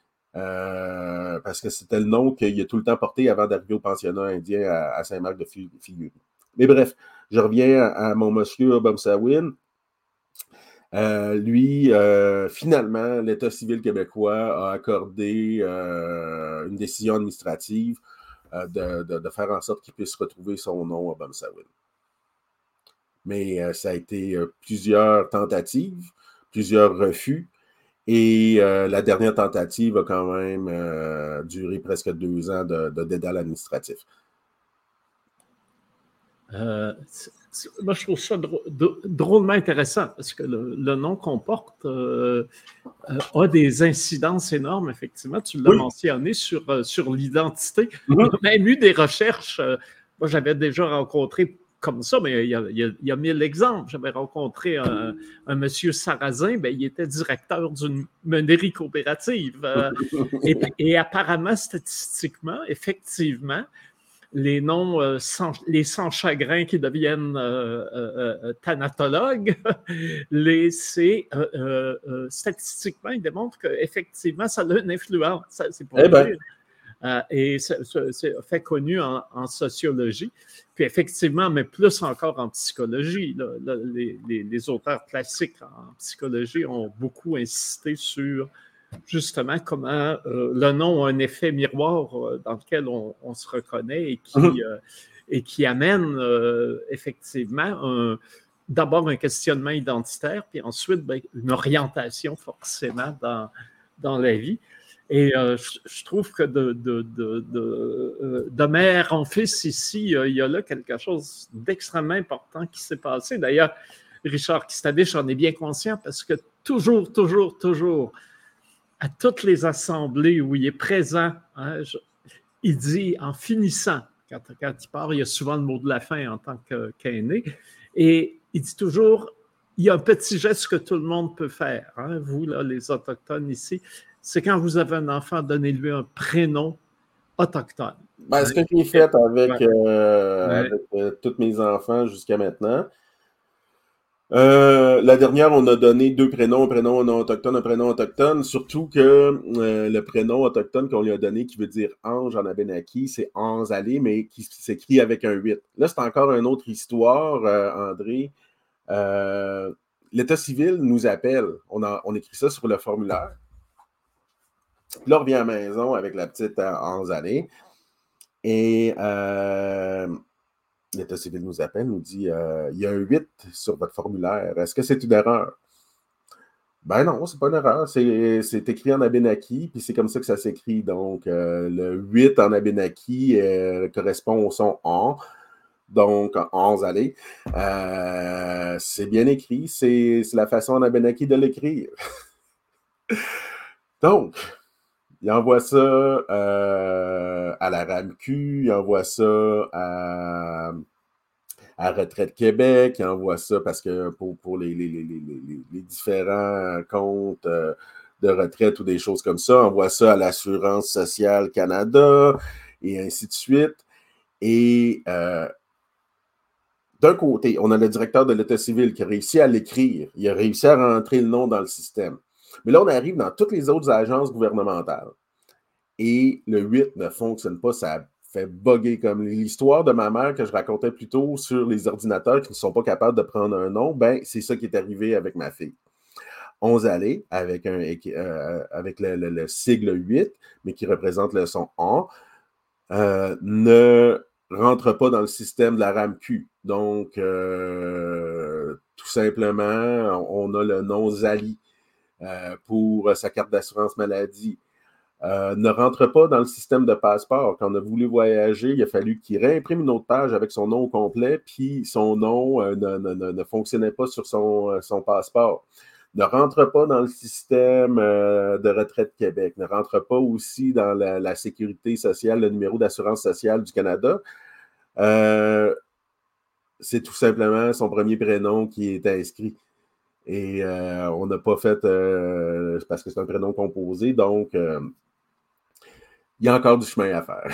Euh, parce que c'était le nom qu'il a tout le temps porté avant d'arriver au pensionnat indien à, à Saint-Marc-de-Figuerie. Mais bref, je reviens à, à mon monsieur Obama Sawin. Euh, lui, euh, finalement, l'État civil québécois a accordé euh, une décision administrative euh, de, de, de faire en sorte qu'il puisse retrouver son nom Obama Sawin. Mais euh, ça a été euh, plusieurs tentatives, plusieurs refus, et euh, la dernière tentative a quand même euh, duré presque deux ans de, de dédale administratif. Euh, moi, je trouve ça drô drôlement intéressant parce que le, le nom qu'on porte euh, euh, a des incidences énormes, effectivement. Tu l'as oui. mentionné sur, euh, sur l'identité. Mm-hmm. On a même eu des recherches. Euh, moi, j'avais déjà rencontré comme ça, mais il y a, il y a, il y a mille exemples. J'avais rencontré un, un monsieur Sarrazin, ben, il était directeur d'une meunerie coopérative. Euh, et, et apparemment, statistiquement, effectivement, les noms, euh, sans, les sans-chagrins qui deviennent euh, euh, euh, thanatologues, les, c'est, euh, euh, statistiquement, ils démontrent qu'effectivement, ça a une influence. Ça, c'est pour eh ben. dire. Euh, et c'est, c'est fait connu en, en sociologie. Puis effectivement, mais plus encore en psychologie. Là, là, les, les, les auteurs classiques en psychologie ont beaucoup insisté sur justement comment euh, le nom a un effet miroir euh, dans lequel on, on se reconnaît et qui, mm-hmm. euh, et qui amène euh, effectivement un, d'abord un questionnement identitaire, puis ensuite ben, une orientation forcément dans, dans la vie. Et euh, je, je trouve que de, de, de, de, de mère en fils ici, il y a là quelque chose d'extrêmement important qui s'est passé. D'ailleurs, Richard Kistadich en est bien conscient parce que toujours, toujours, toujours, à toutes les assemblées où il est présent, hein, je, il dit en finissant, quand, quand il part, il y a souvent le mot de la fin en tant que, qu'aîné, et il dit toujours, il y a un petit geste que tout le monde peut faire, hein, vous, là, les Autochtones ici, c'est quand vous avez un enfant, donnez-lui un prénom autochtone. Ben, ce que j'ai fait avec, ouais. euh, Ouais. avec euh, tous mes enfants jusqu'à maintenant, euh, la dernière, on a donné deux prénoms, un prénom non autochtone, un prénom autochtone, surtout que euh, le prénom autochtone qu'on lui a donné, qui veut dire ange en Abénaki, c'est Anzalé, mais qui s'écrit avec un huit. Là, c'est encore une autre histoire, euh, André. Euh, L'État civil nous appelle, on, a, on écrit ça sur le formulaire. Puis là, on revient à la maison avec la petite euh, Anzalé. Et euh, l'État civil nous appelle, nous dit euh, il y a un huit sur votre formulaire. Est-ce que c'est une erreur? Ben non, c'est pas une erreur. C'est, c'est écrit en Abénaki, puis c'est comme ça que ça s'écrit. Donc, euh, le huit en Abénaki euh, correspond au son on. Donc, Anzalé. Euh, c'est bien écrit. C'est, c'est la façon en Abénaki de l'écrire. Donc, il envoie ça euh, à la R A M Q, il envoie ça à, à Retraite Québec, il envoie ça parce que pour, pour les, les, les, les, les différents comptes euh, de retraite ou des choses comme ça, il envoie ça à l'Assurance sociale Canada et ainsi de suite. Et euh, d'un côté, on a le directeur de l'État civil qui a réussi à l'écrire, il a réussi à rentrer le nom dans le système. Mais là, on arrive dans toutes les autres agences gouvernementales. Et le huit ne fonctionne pas, ça fait bugger. Comme l'histoire de ma mère que je racontais plus tôt sur les ordinateurs qui ne sont pas capables de prendre un nom, ben c'est ça qui est arrivé avec ma fille. Anzalé, avec, un, euh, avec le, le, le sigle huit, mais qui représente le son en, euh, ne rentre pas dans le système de la R A M Q. Donc, euh, tout simplement, on a le nom Zali euh, pour sa carte d'assurance maladie. Euh, ne rentre pas dans le système de passeport. Quand on a voulu voyager, il a fallu qu'il réimprime une autre page avec son nom au complet, puis son nom euh, ne, ne, ne fonctionnait pas sur son, euh, son passeport. Ne rentre pas dans le système euh, de retraite Québec. Ne rentre pas aussi dans la, la sécurité sociale, le numéro d'assurance sociale du Canada. Euh, c'est tout simplement son premier prénom qui est inscrit. Et euh, on n'a pas fait, euh, parce que c'est un prénom composé, donc euh, il y a encore du chemin à faire.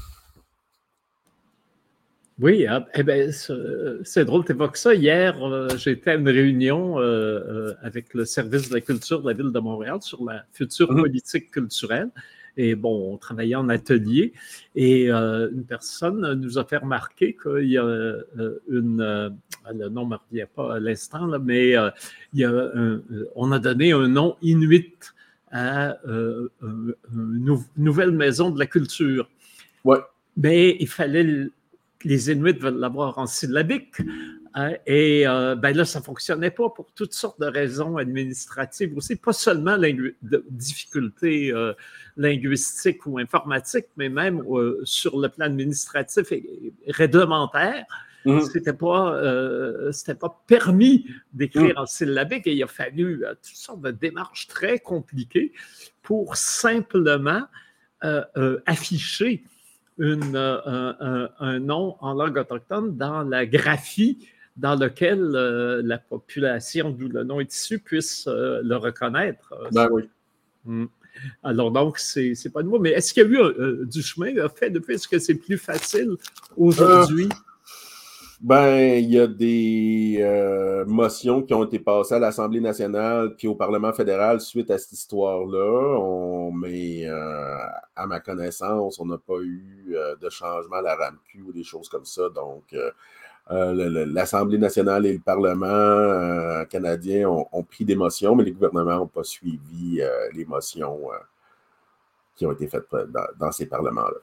Oui, hein, eh ben, c'est drôle que tu évoques ça. Hier, euh, j'étais à une réunion euh, euh, avec le service de la culture de la Ville de Montréal sur la future mm-hmm. politique culturelle. Et bon, on travaillait en atelier et euh, une personne nous a fait remarquer qu'il y a euh, une... Euh, le nom ne me revient pas à l'instant, là, mais euh, il y a un, on a donné un nom inuit à euh, une nou- nouvelle maison de la culture. Ouais. Mais il fallait... Les Inuits veulent l'avoir en syllabique. Hein, et euh, ben là, ça ne fonctionnait pas pour toutes sortes de raisons administratives aussi, pas seulement lingu- de difficultés euh, linguistiques ou informatiques, mais même euh, sur le plan administratif et, et réglementaire. Mm-hmm. C'était pas, euh, c'était pas permis d'écrire mm. en syllabique et il a fallu euh, toutes sortes de démarches très compliquées pour simplement euh, euh, afficher Une, euh, un, un nom en langue autochtone dans la graphie dans laquelle euh, la population d'où le nom est issu puisse euh, le reconnaître. Ben oui. Mm. Alors donc, c'est, c'est pas nouveau. Mais est-ce qu'il y a eu euh, du chemin à fait depuis? Est-ce que c'est plus facile aujourd'hui? Euh, ben, il y a des euh, motions qui ont été passées à l'Assemblée nationale puis au Parlement fédéral suite à cette histoire-là. On, mais euh, à ma connaissance, on n'a pas eu euh, de changement à la R A M Q ou des choses comme ça. Donc, euh, euh, le, le, l'Assemblée nationale et le Parlement euh, canadien ont, ont pris des motions, mais les gouvernements n'ont pas suivi euh, les motions euh, qui ont été faites dans, dans ces parlements-là.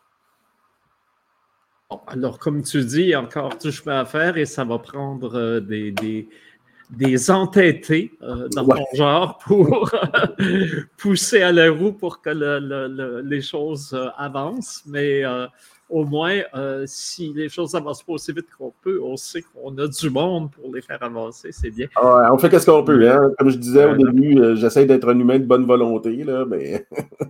Alors, comme tu dis, il y a encore du chemin à faire et ça va prendre euh, des, des, des entêtés euh, dans Ouais. ton genre pour pousser à la roue pour que le, le, le, les choses euh, avancent. Mais euh, au moins, euh, si les choses avancent pas aussi vite qu'on peut, on sait qu'on a du monde pour les faire avancer. C'est bien. Ah ouais, on fait qu'est-ce qu'on peut. Hein? Comme je disais voilà. au début, euh, j'essaie d'être un humain de bonne volonté, là, mais...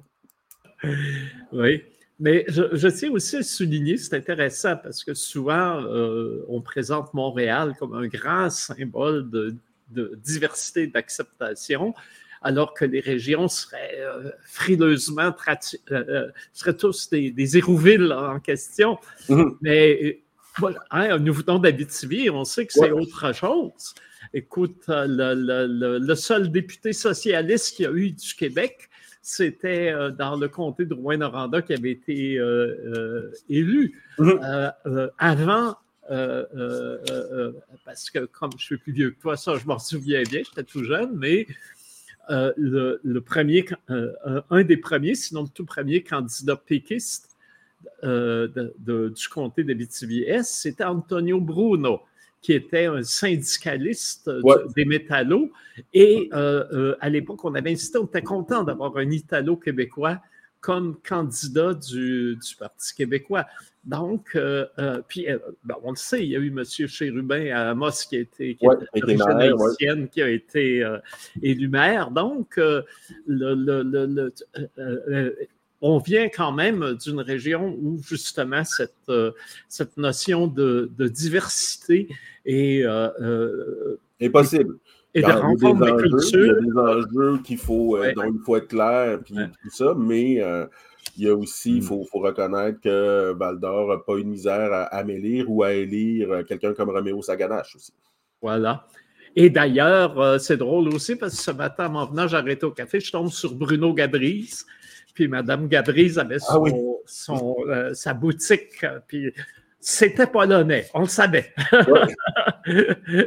Oui. Mais je, je tiens aussi à souligner, c'est intéressant parce que souvent, euh, on présente Montréal comme un grand symbole de, de diversité et d'acceptation, alors que les régions seraient euh, frileusement, tradi- euh, seraient tous des, des Hérouville en question. Mm-hmm. Mais voilà, hein, nous venons d'Abitibi, on sait que c'est ouais. autre chose. Écoute, le, le, le, le seul député socialiste qu'il y a eu du Québec, c'était euh, dans le comté de Rouyn-Noranda qui avait été euh, euh, élu. Mm-hmm. euh, euh, avant, euh, euh, euh, parce que comme je suis plus vieux que toi, ça je m'en souviens bien, j'étais tout jeune, mais euh, le, le premier, euh, un des premiers, sinon le tout premier candidat péquiste euh, de, de, du comté d'Abitibi-Est, c'était Antonio Bruno, qui était un syndicaliste ouais. du, des métallos. Et euh, euh, à l'époque, on avait insisté, on était content d'avoir un Italo-québécois comme candidat du, du Parti québécois. Donc, euh, euh, puis, euh, ben, on le sait, il y a eu M. Chérubin à Amos qui a été, qui ouais, était d'origine haïtienne, ouais. qui a été euh, élu maire. Donc, euh, le, le, le, le euh, euh, on vient quand même d'une région où justement cette, euh, cette notion de, de diversité est, euh, euh, est possible. Et de rencontre des cultures. Il y a des enjeux qu'il faut, ouais. euh, dont il faut être clair, puis ouais. tout ça, mais euh, il y a aussi, il mm. faut, faut reconnaître que Val-d'Or n'a pas eu de misère à, à m'élire ou à élire quelqu'un comme Roméo Saganache aussi. Voilà. Et d'ailleurs, euh, c'est drôle aussi parce que ce matin, en venant, j'arrêtais au café, je tombe sur Bruno Gabrise. Puis Mme Gabrise avait son, ah oui. son, euh, sa boutique, puis c'était polonais, on le savait. Ouais.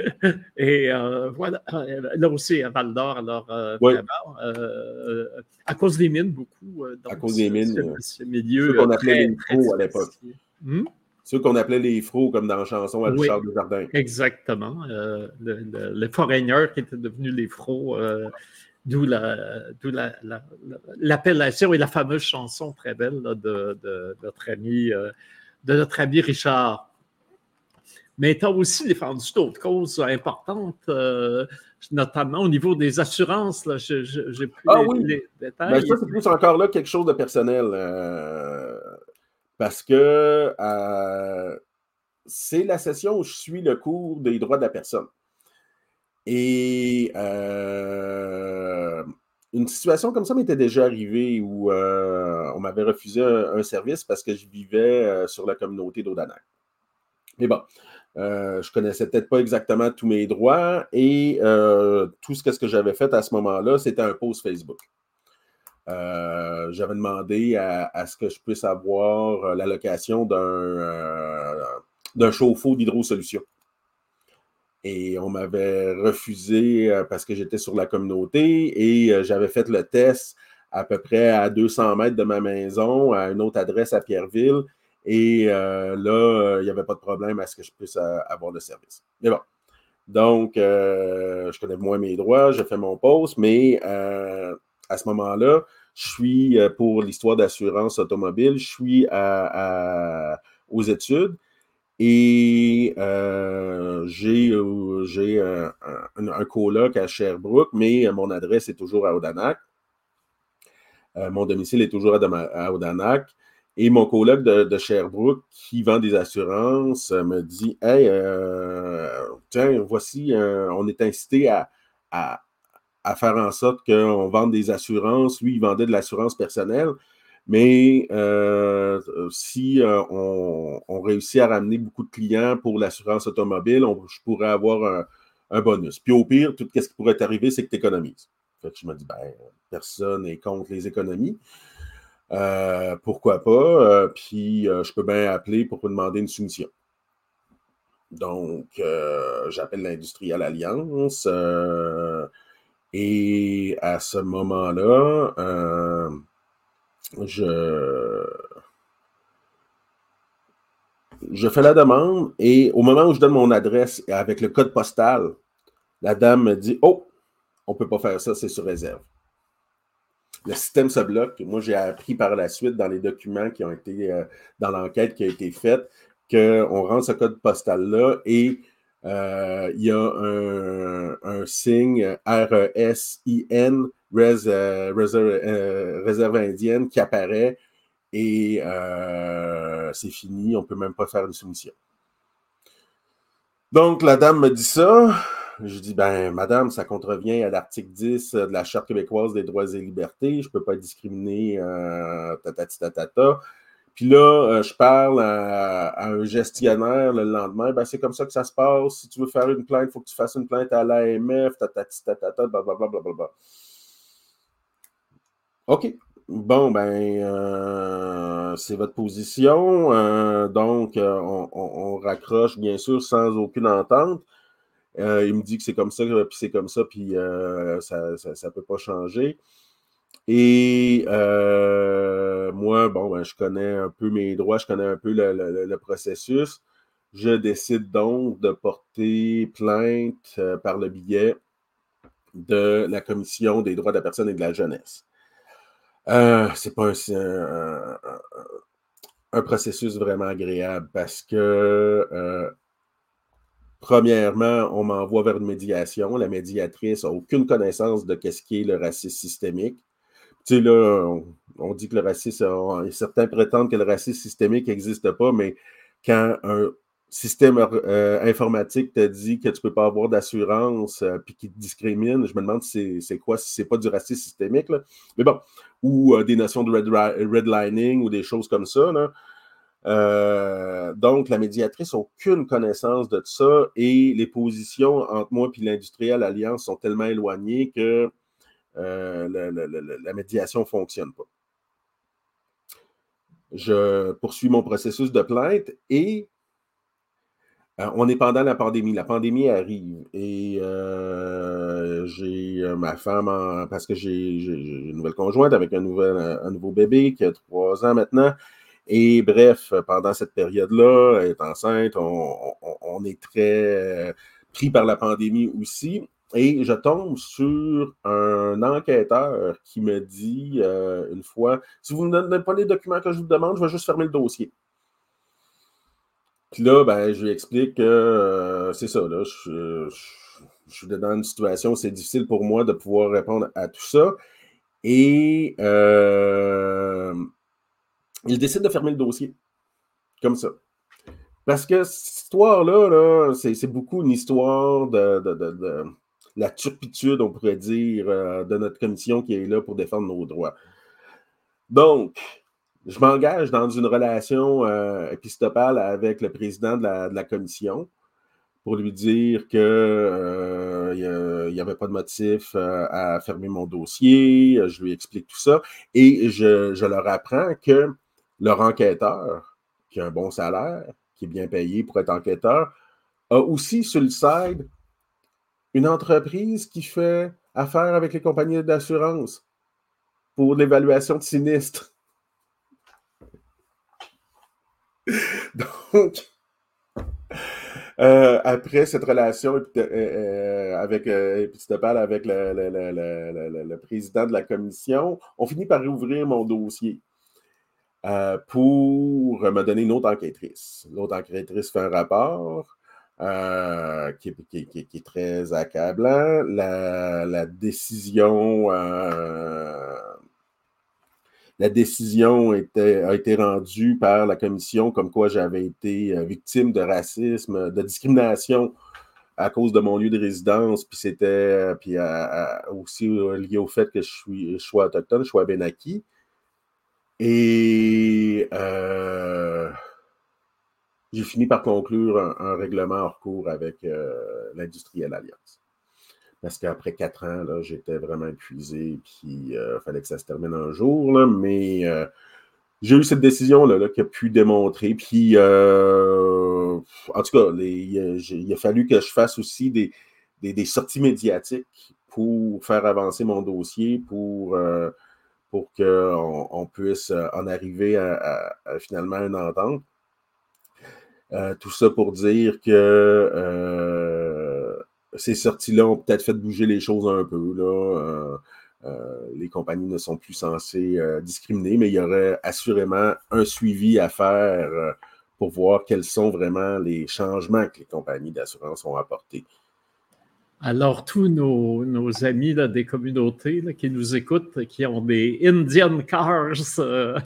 Et euh, voilà, là aussi à Val-d'Or, alors euh, ouais. vraiment, euh, à cause des mines, beaucoup. Donc, à cause des mines. Ce, ce milieu ceux qu'on appelait très, les fros à l'époque. Hmm? Ceux qu'on appelait les fros, comme dans la chanson à Richard oui, Desjardins. Exactement. Euh, le, le, les foreigners qui étaient devenus les fros. Euh, D'où, la, d'où la, la, l'appellation et la fameuse chanson très belle là, de, de, de, notre ami, euh, de notre ami Richard. Mais tu as aussi défendu d'autres causes importantes, euh, notamment au niveau des assurances. Là, je, je, j'ai plus ah les, oui. les détails. Ben, ça, c'est plus encore là quelque chose de personnel. Euh, parce que euh, c'est la session où je suis le cours des droits de la personne. Et euh, une situation comme ça m'était déjà arrivée où euh, on m'avait refusé un, un service parce que je vivais euh, sur la communauté d'Odanak. Mais bon, euh, je connaissais peut-être pas exactement tous mes droits et euh, tout ce que, ce que j'avais fait à ce moment-là, c'était un post Facebook. Euh, j'avais demandé à, à ce que je puisse avoir l'allocation d'un, euh, d'un chauffe-eau d'Hydro-Solutions. Et on m'avait refusé parce que j'étais sur la communauté et j'avais fait le test à peu près à deux cents mètres de ma maison, à une autre adresse à Pierreville. Et euh, là, il n'y avait pas de problème à ce que je puisse euh, avoir le service. Mais bon. Donc, euh, je connais moins mes droits, je fais mon poste, mais euh, à ce moment-là, je suis, pour l'histoire d'assurance automobile, je suis à, à, aux études. Et euh, j'ai, euh, j'ai un, un, un coloc à Sherbrooke, mais mon adresse est toujours à Odanak. Euh, mon domicile est toujours à, à Odanak. Et mon coloc de, de Sherbrooke, qui vend des assurances, me dit « Hey, euh, tiens, voici, euh, on est incité à, à, à faire en sorte qu'on vende des assurances. » Lui, il vendait de l'assurance personnelle. Mais euh, si euh, on, on réussit à ramener beaucoup de clients pour l'assurance automobile, on, je pourrais avoir un, un bonus. Puis au pire, tout ce qui pourrait t'arriver, c'est que tu économises. Fait que je me dis, ben, personne n'est contre les économies. Euh, pourquoi pas? Euh, puis euh, je peux bien appeler pour demander une soumission. Donc, euh, j'appelle l'Industrial Alliance. Euh, et à ce moment-là, euh, Je, je fais la demande et au moment où je donne mon adresse avec le code postal, La dame me dit « Oh, on ne peut pas faire ça, c'est sur réserve. » Le système se bloque. Moi, j'ai appris par la suite dans les documents qui ont été, euh, dans l'enquête qui a été faite, qu'on rentre ce code postal-là et euh, il y a un, un signe R E S I N, Res, euh, Réserve, euh, Réserve indienne, qui apparaît et euh, c'est fini, on ne peut même pas faire une soumission. Donc, la dame me dit ça. Je dis, ben, madame, ça contrevient à l'article dix de la Charte québécoise des droits et libertés. Je ne peux pas discriminer, euh, tatati tatata. Puis là, euh, je parle à, à un gestionnaire le lendemain. Ben, c'est comme ça que ça se passe. Si tu veux faire une plainte, il faut que tu fasses une plainte à l'A M F, tatati tatata, blablabla. Blablabla. OK. Bon, ben, euh, c'est votre position. Euh, donc, euh, on, on, on raccroche, bien sûr, sans aucune entente. Euh, il me dit que c'est comme ça, puis c'est comme ça, puis euh, ça ne peut pas changer. Et euh, moi, bon, ben, je connais un peu mes droits, je connais un peu le, le, le processus. Je décide donc de porter plainte euh, par le biais de la Commission des droits de la personne et de la jeunesse. Euh, c'est pas un, un, un, un processus vraiment agréable parce que euh, premièrement, on m'envoie vers une médiation. La médiatrice n'a aucune connaissance de ce qu'est le racisme systémique. Tu sais, là, on, on dit que le racisme, on, certains prétendent que le racisme systémique n'existe pas, mais quand un système euh, informatique te dit que tu ne peux pas avoir d'assurance euh, puis qu'il te discrimine, je me demande si c'est quoi, si c'est pas du racisme systémique, là. Mais bon, ou euh, des notions de red, redlining ou des choses comme ça, là. Euh, donc, la médiatrice n'a aucune connaissance de ça et les positions entre moi et l'Industriel Alliance sont tellement éloignées que euh, la, la, la, la médiation ne fonctionne pas. Je poursuis mon processus de plainte et euh, on est pendant la pandémie. La pandémie arrive et euh, j'ai euh, ma femme, en, parce que j'ai une nouvelle conjointe avec un, nouvel, un nouveau bébé qui a trois ans maintenant. Et bref, pendant cette période-là, elle est enceinte, on, on, on est très euh, pris par la pandémie aussi. Et je tombe sur un enquêteur qui me dit euh, une fois, si vous ne me donnez pas les documents que je vous demande, je vais juste fermer le dossier. Puis là, ben, je lui explique que euh, c'est ça, là, je, je, je suis dans une situation où c'est difficile pour moi de pouvoir répondre à tout ça. Et euh, il décide de fermer le dossier. Comme ça. Parce que cette histoire-là, là, c'est beaucoup une histoire de, de, de, de la turpitude, on pourrait dire, euh, de notre commission qui est là pour défendre nos droits. Donc, je m'engage dans une relation euh, épiscopale avec le président de la, de la commission pour lui dire qu'il euh, n'y avait pas de motif euh, à fermer mon dossier. Je lui explique tout ça. Et je, je leur apprends que leur enquêteur, qui a un bon salaire, qui est bien payé pour être enquêteur, a aussi sur le side une entreprise qui fait affaire avec les compagnies d'assurance pour l'évaluation de sinistres. Donc, euh, après cette relation euh, euh, avec euh, épiscopale avec le, le, le, le, le président de la commission, on finit par rouvrir mon dossier. Euh, pour me donner une autre enquêtrice. L'autre enquêtrice fait un rapport euh, qui, est, qui, qui, qui est très accablant. La, la décision, euh, la décision était, a été rendue par la commission comme quoi j'avais été victime de racisme, de discrimination à cause de mon lieu de résidence, puis c'était puis à, à, aussi lié au fait que je suis, je suis autochtone, je suis Abénaki. Et euh, j'ai fini par conclure un, un règlement hors cours avec euh, l'Industriel Alliance. Parce qu'après quatre ans, là, j'étais vraiment épuisé, puis il euh, fallait que ça se termine un jour, là, mais euh, j'ai eu cette décision-là là, qui a pu démontrer. Puis, euh, en tout cas, les, il a fallu que je fasse aussi des, des, des sorties médiatiques pour faire avancer mon dossier, pour... Euh, pour qu'on on puisse en arriver à, à, à finalement une entente. Euh, tout ça pour dire que euh, ces sorties-là ont peut-être fait bouger les choses un peu. Là. Euh, euh, les compagnies ne sont plus censées euh, discriminer, mais il y aurait assurément un suivi à faire euh, pour voir quels sont vraiment les changements que les compagnies d'assurance ont apportés. Alors, tous nos, nos amis là, des communautés là, qui nous écoutent, qui ont des Indian Cars euh,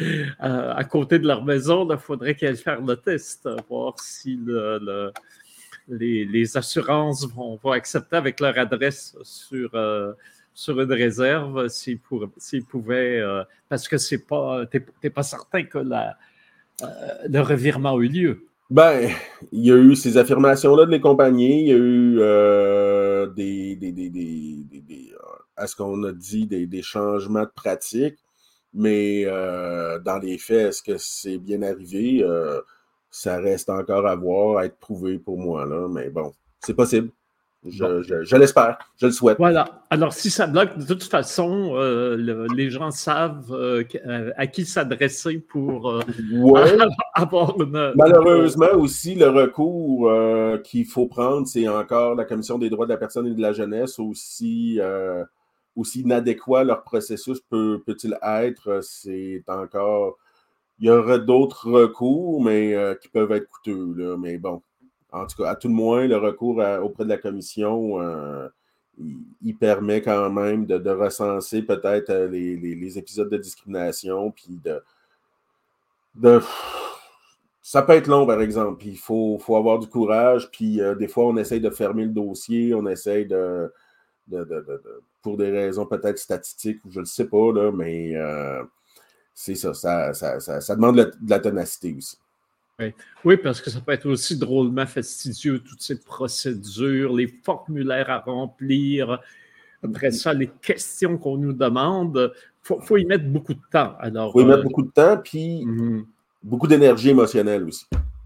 à côté de leur maison, il faudrait qu'ils aillent faire le test, voir si le, le, les, les assurances vont, vont accepter avec leur adresse sur, euh, sur une réserve, s'ils, pour, s'ils pouvaient, euh, parce que c'est pas, t'es, t'es pas certain que la, euh, le revirement a eu lieu. Ben, il y a eu ces affirmations-là de les compagnies, il y a eu euh, des, des, des, des, des, des à ce qu'on a dit, des, des changements de pratiques, mais euh, dans les faits, est-ce que c'est bien arrivé? Euh, ça reste encore à voir, à être prouvé pour moi, là, mais bon, c'est possible. Je, bon. je, je l'espère, je le souhaite. Voilà. Alors, si ça bloque, de toute façon, euh, le, les gens savent euh, à qui s'adresser pour euh, ouais. avoir une... Malheureusement aussi, le recours euh, qu'il faut prendre, c'est encore la Commission des droits de la personne et de la jeunesse, aussi, euh, aussi inadéquat leur processus peut, peut-il être. C'est encore... Il y aurait d'autres recours, mais euh, qui peuvent être coûteux, là. Mais bon, en tout cas, à tout le moins, le recours à, auprès de la commission, euh, il, il permet quand même de, de recenser peut-être les, les, les épisodes de discrimination, puis de, de... Ça peut être long, par exemple, puis il faut, faut avoir du courage, puis euh, des fois, on essaye de fermer le dossier, on essaye de... de, de, de, de pour des raisons peut-être statistiques, ou je ne le sais pas, là, mais... Euh, c'est ça ça, ça, ça, ça demande de la ténacité aussi. Oui. oui, parce que ça peut être aussi drôlement fastidieux, toutes ces procédures, les formulaires à remplir, après ça, les questions qu'on nous demande, il faut, faut y mettre beaucoup de temps. Il faut y euh, mettre beaucoup de temps, puis mm-hmm. beaucoup d'énergie émotionnelle aussi.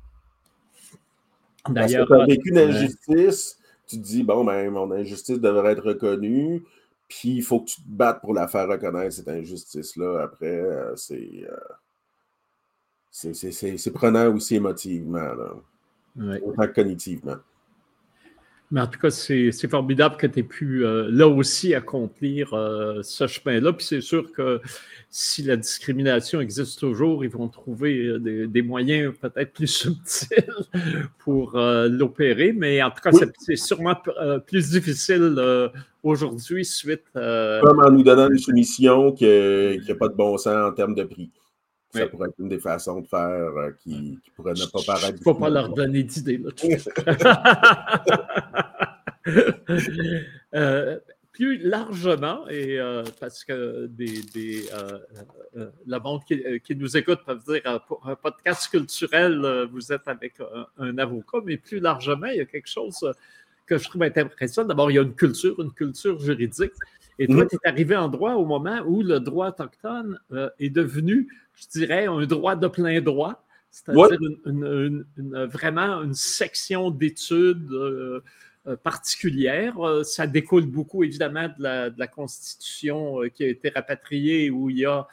D'ailleurs, parce que tu as vécu une injustice, euh, tu te dis, bon, ben, mon injustice devrait être reconnue, puis il faut que tu te battes pour la faire reconnaître, cette injustice-là. Après, euh, c'est, euh, c'est, c'est, c'est, c'est prenant aussi émotivement, là. Oui. Autant que cognitivement. Mais en tout cas, c'est, c'est formidable que tu aies pu euh, là aussi accomplir euh, ce chemin-là. Puis c'est sûr que si la discrimination existe toujours, ils vont trouver des, des moyens peut-être plus subtils pour euh, l'opérer. Mais en tout cas, oui. c'est, c'est sûrement euh, plus difficile euh, aujourd'hui suite à... Comme en nous donnant une soumission qui n'a pas de bon sens en termes de prix. Ça oui. pourrait être une des façons de faire euh, qui, qui pourrait ne pas paraître. Il ne faut pas leur donner d'idées. euh, plus largement, et euh, parce que des, des, euh, euh, le monde qui, qui nous écoute peuvent dire euh, pour un podcast culturel, euh, vous êtes avec un, un avocat, mais plus largement, il y a quelque chose que je trouve intéressant. D'abord, il y a une culture, une culture juridique. Et toi, mmh. tu es arrivé en droit au moment où le droit autochtone euh, est devenu, je dirais, un droit de plein droit, c'est-à-dire ouais. une, une, une, une, vraiment une section d'études euh, euh, particulière. Euh, ça découle beaucoup, évidemment, de la, de la Constitution euh, qui a été rapatriée, où il y a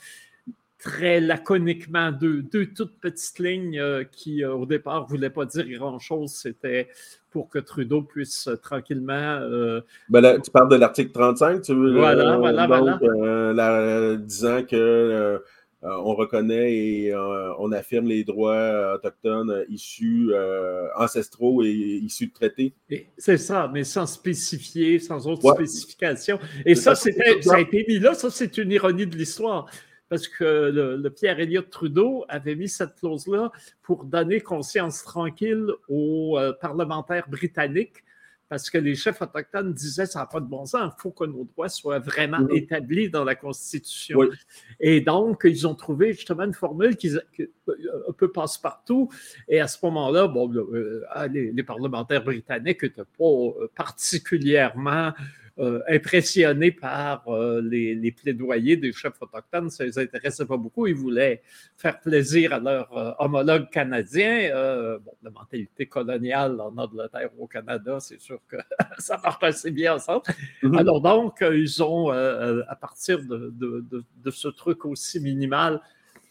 très laconiquement deux, deux toutes petites lignes euh, qui, euh, au départ, ne voulaient pas dire grand-chose. C'était pour que Trudeau puisse euh, tranquillement... Euh, ben là, tu parles de l'article trente-cinq, tu veux, voilà, euh, voilà, donc, voilà. Euh, la, disant que euh, on reconnaît et euh, on affirme les droits autochtones euh, issus euh, ancestraux et issus de traités. Et c'est ça, mais sans spécifier, sans autre ouais. spécification. Et ça, ça, c'était, ça a été mis là, ça, c'est une ironie de l'histoire. Parce que le, le Pierre Elliott Trudeau avait mis cette clause-là pour donner conscience tranquille aux euh, parlementaires britanniques, parce que les chefs autochtones disaient ça n'a pas de bon sens, il faut que nos droits soient vraiment mmh. établis dans la Constitution. Oui. Et donc, ils ont trouvé justement une formule qui, qui un peu passe-partout. Et à ce moment-là, bon, euh, les, les parlementaires britanniques n'étaient pas particulièrement Euh, impressionnés par euh, les, les plaidoyers des chefs autochtones. Ça ne les intéressait pas beaucoup. Ils voulaient faire plaisir à leurs euh, homologues canadiens. Euh, bon, la mentalité coloniale en Angleterre ou au Canada, c'est sûr que ça marche assez bien ensemble. Mm-hmm. Alors donc, euh, ils ont, euh, à partir de, de, de, de ce truc aussi minimal,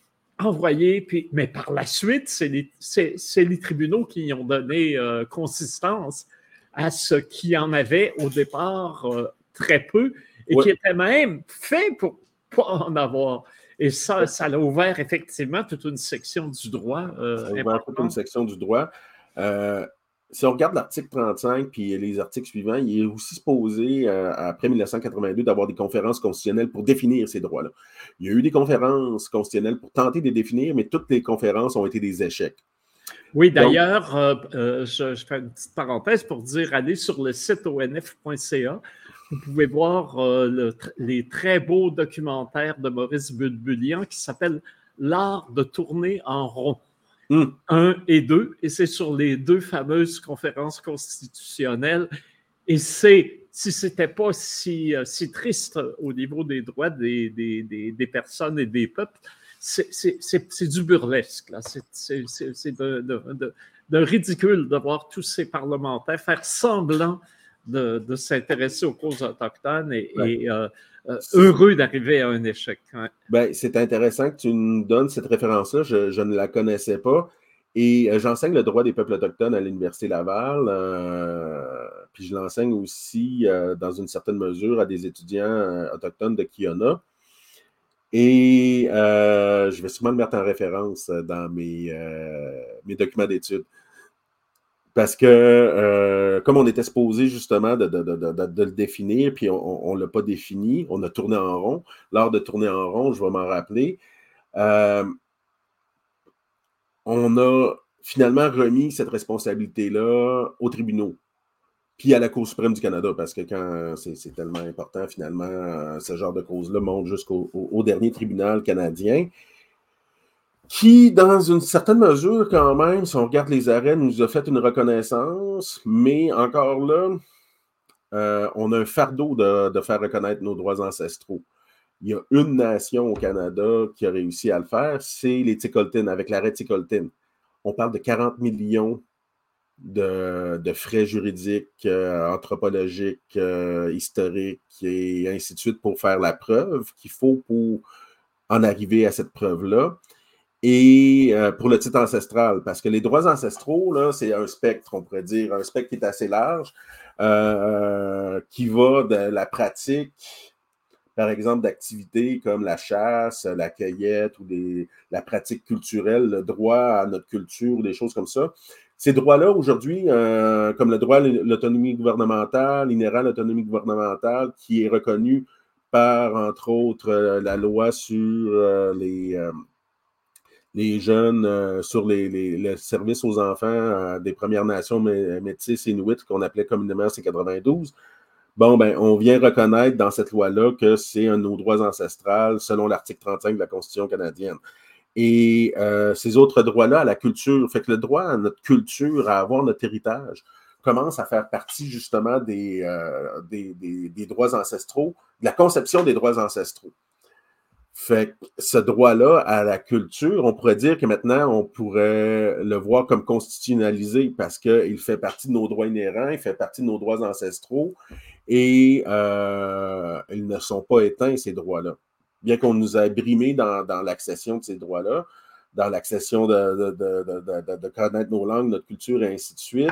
envoyé, puis, mais par la suite, c'est les, c'est, c'est les tribunaux qui y ont donné euh, consistance à ce qu'il y en avait au départ euh, très peu et ouais. qui était même fait pour pas en avoir. Et ça, ça a ouvert effectivement toute une section du droit euh, ça a ouvert toute une importante. section du droit. Euh, si on regarde l'article trente-cinq puis les articles suivants, il est aussi supposé, euh, après mille neuf cent quatre-vingt-deux, d'avoir des conférences constitutionnelles pour définir ces droits-là. Il y a eu des conférences constitutionnelles pour tenter de les définir, mais toutes les conférences ont été des échecs. Oui, d'ailleurs, euh, euh, je, je fais une petite parenthèse pour dire, allez sur le site o n f point c a. Vous pouvez voir euh, le, les très beaux documentaires de Maurice Bulbullian qui s'appelle L'art de tourner en rond. Mm. Un et deux, et c'est sur les deux fameuses conférences constitutionnelles. Et c'est, si ce n'était pas si, si triste au niveau des droits des, des, des, des personnes et des peuples, c'est, c'est, c'est, c'est du burlesque. Là. C'est, c'est, c'est, c'est de, de, de, de ridicule de voir tous ces parlementaires faire semblant de, de s'intéresser aux causes autochtones et, ouais. et euh, euh, heureux d'arriver à un échec. Ouais. Ben, c'est intéressant que tu nous donnes cette référence-là. Je, je ne la connaissais pas. Et euh, j'enseigne le droit des peuples autochtones à l'Université Laval. Euh, puis je l'enseigne aussi, euh, dans une certaine mesure, à des étudiants euh, autochtones de Kiona. Et euh, je vais sûrement le mettre en référence dans mes, euh, mes documents d'études. Parce que, euh, comme on était supposé justement de, de, de, de, de le définir, puis on ne l'a pas défini, on a tourné en rond. L'art de tourner en rond, je vais m'en rappeler. Euh, on a finalement remis cette responsabilité-là aux tribunaux, puis à la Cour suprême du Canada, parce que quand c'est, c'est tellement important, finalement, ce genre de cause-là monte jusqu'au au, au dernier tribunal canadien, qui, dans une certaine mesure, quand même, si on regarde les arrêts, nous a fait une reconnaissance, mais encore là, euh, on a un fardeau de, de faire reconnaître nos droits ancestraux. Il y a une nation au Canada qui a réussi à le faire, c'est les Ticoltines, avec l'arrêt Ticoltine. On parle de quarante millions de, de frais juridiques, euh, anthropologiques, euh, historiques et ainsi de suite pour faire la preuve qu'il faut pour en arriver à cette preuve-là. Et euh, pour le titre ancestral, parce que les droits ancestraux, là, c'est un spectre, on pourrait dire, un spectre qui est assez large, euh, qui va de la pratique, par exemple, d'activités comme la chasse, la cueillette ou des, la pratique culturelle, le droit à notre culture, des choses comme ça. Ces droits-là, aujourd'hui, euh, comme le droit à l'autonomie gouvernementale, inhérent à l'autonomie gouvernementale, qui est reconnu par, entre autres, euh, la loi sur euh, les... Euh, les jeunes euh, sur les, les, les services aux enfants euh, des Premières Nations métisses inuits, qu'on appelait communément C quatre-vingt-douze. Bon, ben, on vient reconnaître dans cette loi-là que c'est un de nos droits ancestrales selon l'article trente-cinq de la Constitution canadienne. Et euh, ces autres droits-là à la culture, fait que le droit à notre culture, à avoir notre héritage, commence à faire partie justement des, euh, des, des, des droits ancestraux, de la conception des droits ancestraux. Fait que ce droit-là à la culture, on pourrait dire que maintenant, on pourrait le voir comme constitutionnalisé parce qu'il fait partie de nos droits inhérents, il fait partie de nos droits ancestraux et euh, ils ne sont pas éteints, ces droits-là. Bien qu'on nous ait brimés dans, dans l'accession de ces droits-là, dans l'accession de, de, de, de, de, de connaître nos langues, notre culture et ainsi de suite,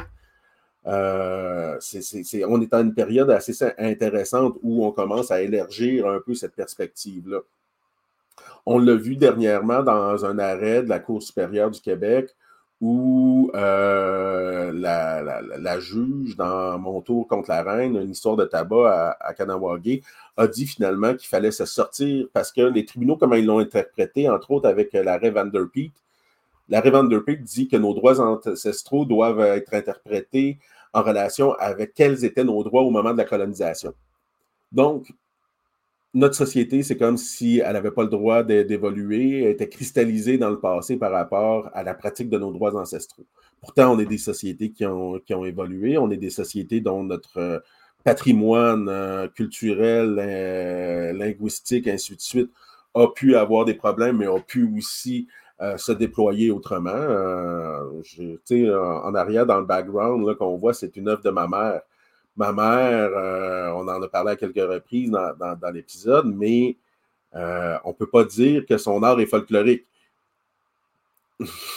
euh, c'est, c'est, c'est, on est dans une période assez intéressante où on commence à élargir un peu cette perspective-là. On l'a vu dernièrement dans un arrêt de la Cour supérieure du Québec où euh, la, la, la juge, dans Mon tour contre la reine, une histoire de tabac à, à Kahnawake, a dit finalement qu'il fallait se sortir parce que les tribunaux, comment ils l'ont interprété, entre autres avec l'arrêt Vanderpeet, l'arrêt Vanderpeet dit que nos droits ancestraux doivent être interprétés en relation avec quels étaient nos droits au moment de la colonisation. Donc, notre société, c'est comme si elle n'avait pas le droit d'évoluer, elle était cristallisée dans le passé par rapport à la pratique de nos droits ancestraux. Pourtant, on est des sociétés qui ont, qui ont évolué, on est des sociétés dont notre patrimoine euh, culturel, euh, linguistique, ainsi de suite, a pu avoir des problèmes, mais a pu aussi euh, se déployer autrement. Euh, je, tu sais, en arrière, dans le background, là, qu'on voit, c'est une œuvre de ma mère. Ma mère, euh, on en a parlé à quelques reprises dans, dans, dans l'épisode, mais euh, on ne peut pas dire que son art est folklorique.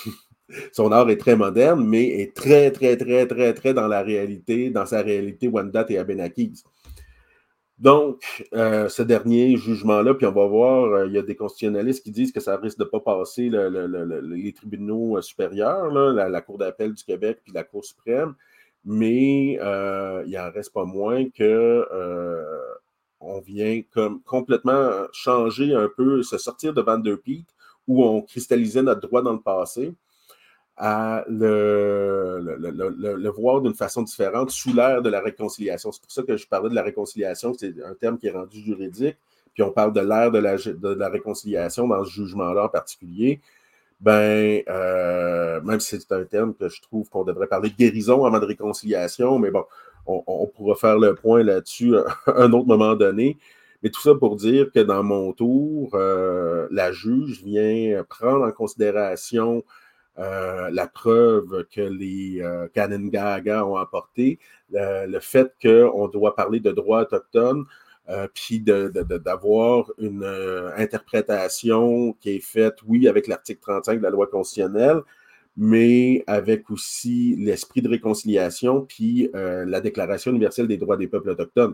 son art est très moderne, mais est très, très, très, très, très dans la réalité, dans sa réalité Wendat et Abenakis. Donc, euh, ce dernier jugement-là, puis on va voir, euh, il y a des constitutionnalistes qui disent que ça risque de ne pas passer le, le, le, les tribunaux supérieurs, là, la, la Cour d'appel du Québec puis la Cour suprême, mais euh, il n'en reste pas moins que euh, on vient comme complètement changer un peu, se sortir de Van der Peet, où on cristallisait notre droit dans le passé, à le, le, le, le, le voir d'une façon différente sous l'ère de la réconciliation. C'est pour ça que je parlais de la réconciliation, c'est un terme qui est rendu juridique, puis on parle de l'ère de la, de la réconciliation dans ce jugement-là en particulier. Ben, euh, même si c'est un terme que je trouve qu'on devrait parler de guérison avant de réconciliation, mais bon, on, on pourra faire le point là-dessus à un autre moment donné. Mais tout ça pour dire que dans mon tour, euh, la juge vient prendre en considération Euh, la preuve que les euh, Kanen'kehá:ka ont apporté, le, le fait qu'on doit parler de droits autochtones, euh, puis de, de, de, d'avoir une euh, interprétation qui est faite, oui, avec l'article trente-cinq de la loi constitutionnelle, mais avec aussi l'esprit de réconciliation, puis euh, la Déclaration universelle des droits des peuples autochtones.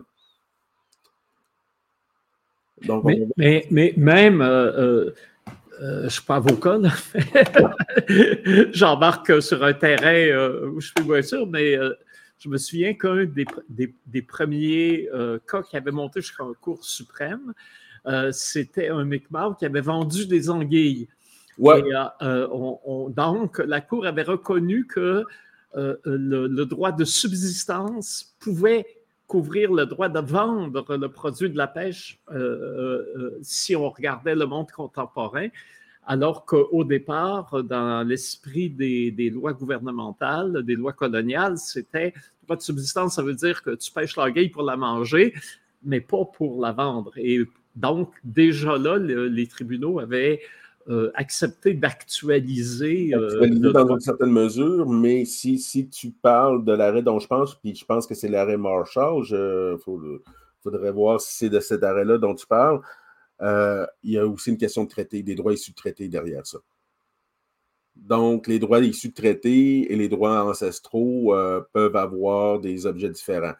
Donc, mais, on... mais, mais même... Euh, euh... Euh, je ne suis pas avocat, là. J'embarque sur un terrain euh, où je suis moins sûr, mais euh, je me souviens qu'un des, des, des premiers euh, cas qui avait monté jusqu'en Cour suprême, euh, c'était un Mi'kmaq qui avait vendu des anguilles. Ouais. Et, euh, on, on, donc, la Cour avait reconnu que euh, le, le droit de subsistance pouvait couvrir le droit de vendre le produit de la pêche euh, euh, si on regardait le monde contemporain, alors qu'au départ, dans l'esprit des, des lois gouvernementales, des lois coloniales, c'était le droit de subsistance, ça veut dire que tu pêches l'anguille pour la manger, mais pas pour la vendre. Et donc, déjà là, le, les tribunaux avaient Euh, accepter d'actualiser. Actualiser euh, dans droit. Une certaine mesure, mais si, si tu parles de l'arrêt dont je pense, puis je pense que c'est l'arrêt Marshall, il faudrait voir si c'est de cet arrêt-là dont tu parles, euh, il y a aussi une question de traité, des droits issus de traité derrière ça. Donc, les droits issus de traité et les droits ancestraux euh, peuvent avoir des objets différents.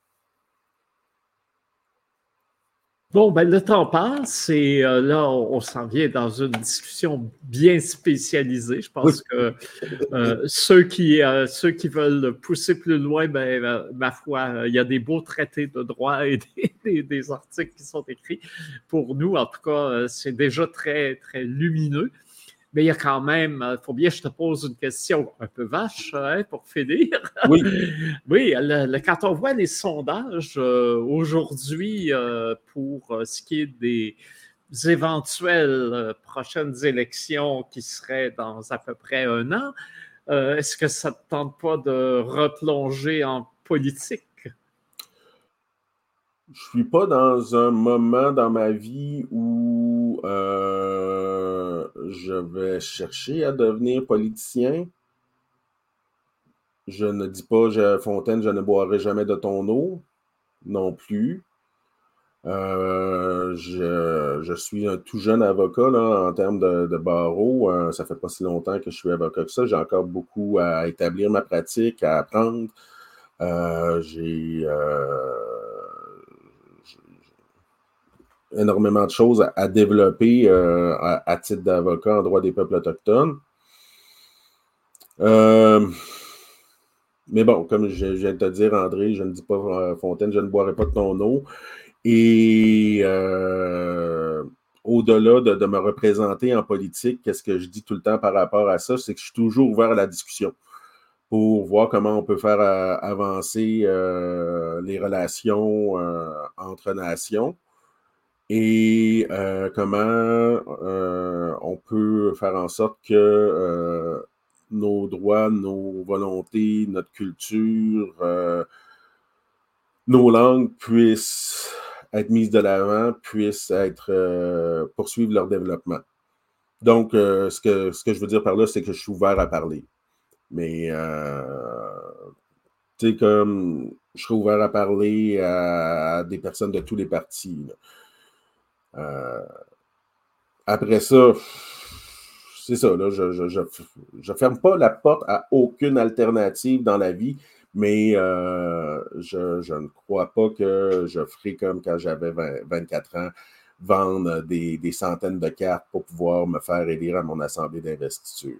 Bon, ben le temps passe et euh, là, on, on s'en vient dans une discussion bien spécialisée. Je pense oui. que euh, ceux, qui, euh, ceux qui veulent pousser plus loin, ben, euh, ma foi, il y a des beaux traités de droit et des, des, des articles qui sont écrits. Pour nous, en tout cas, c'est déjà très, très lumineux. Mais il y a quand même, il faut bien que je te pose une question un peu vache hein, pour finir. Oui. Oui, le, le, quand on voit les sondages euh, aujourd'hui euh, pour euh, ce qui est des éventuelles euh, prochaines élections qui seraient dans à peu près un an, euh, est-ce que ça ne te tente pas de replonger en politique? Je suis pas dans un moment dans ma vie où euh, je vais chercher à devenir politicien. Je ne dis pas, je, Fontaine, je ne boirai jamais de ton eau, non plus. Euh, je, je suis un tout jeune avocat là, en termes de, de barreau. Euh, ça fait pas si longtemps que je suis avocat que ça. J'ai encore beaucoup à établir ma pratique, à apprendre. Euh, j'ai... Euh, énormément de choses à, à développer euh, à, à titre d'avocat en droit des peuples autochtones. Euh, mais bon, comme je, je viens de te dire, André, je ne dis pas euh, Fontaine, je ne boirai pas de ton eau. Et euh, au-delà de, de me représenter en politique, qu'est-ce que je dis tout le temps par rapport à ça, c'est que je suis toujours ouvert à la discussion pour voir comment on peut faire euh, avancer euh, les relations euh, entre nations. Et euh, comment euh, on peut faire en sorte que euh, nos droits, nos volontés, notre culture, euh, nos langues puissent être mises de l'avant, puissent être euh, poursuivre leur développement. Donc, euh, ce, que, ce que je veux dire par là, c'est que je suis ouvert à parler. Mais, euh, tu sais, comme je serais ouvert à parler à, à des personnes de tous les partis. Là. Euh, Après ça, c'est ça, là, je je, je, je ferme pas la porte à aucune alternative dans la vie, mais euh, je, je ne crois pas que je ferai comme quand j'avais vingt-quatre ans, vendre des, des centaines de cartes pour pouvoir me faire élire à mon assemblée d'investiture.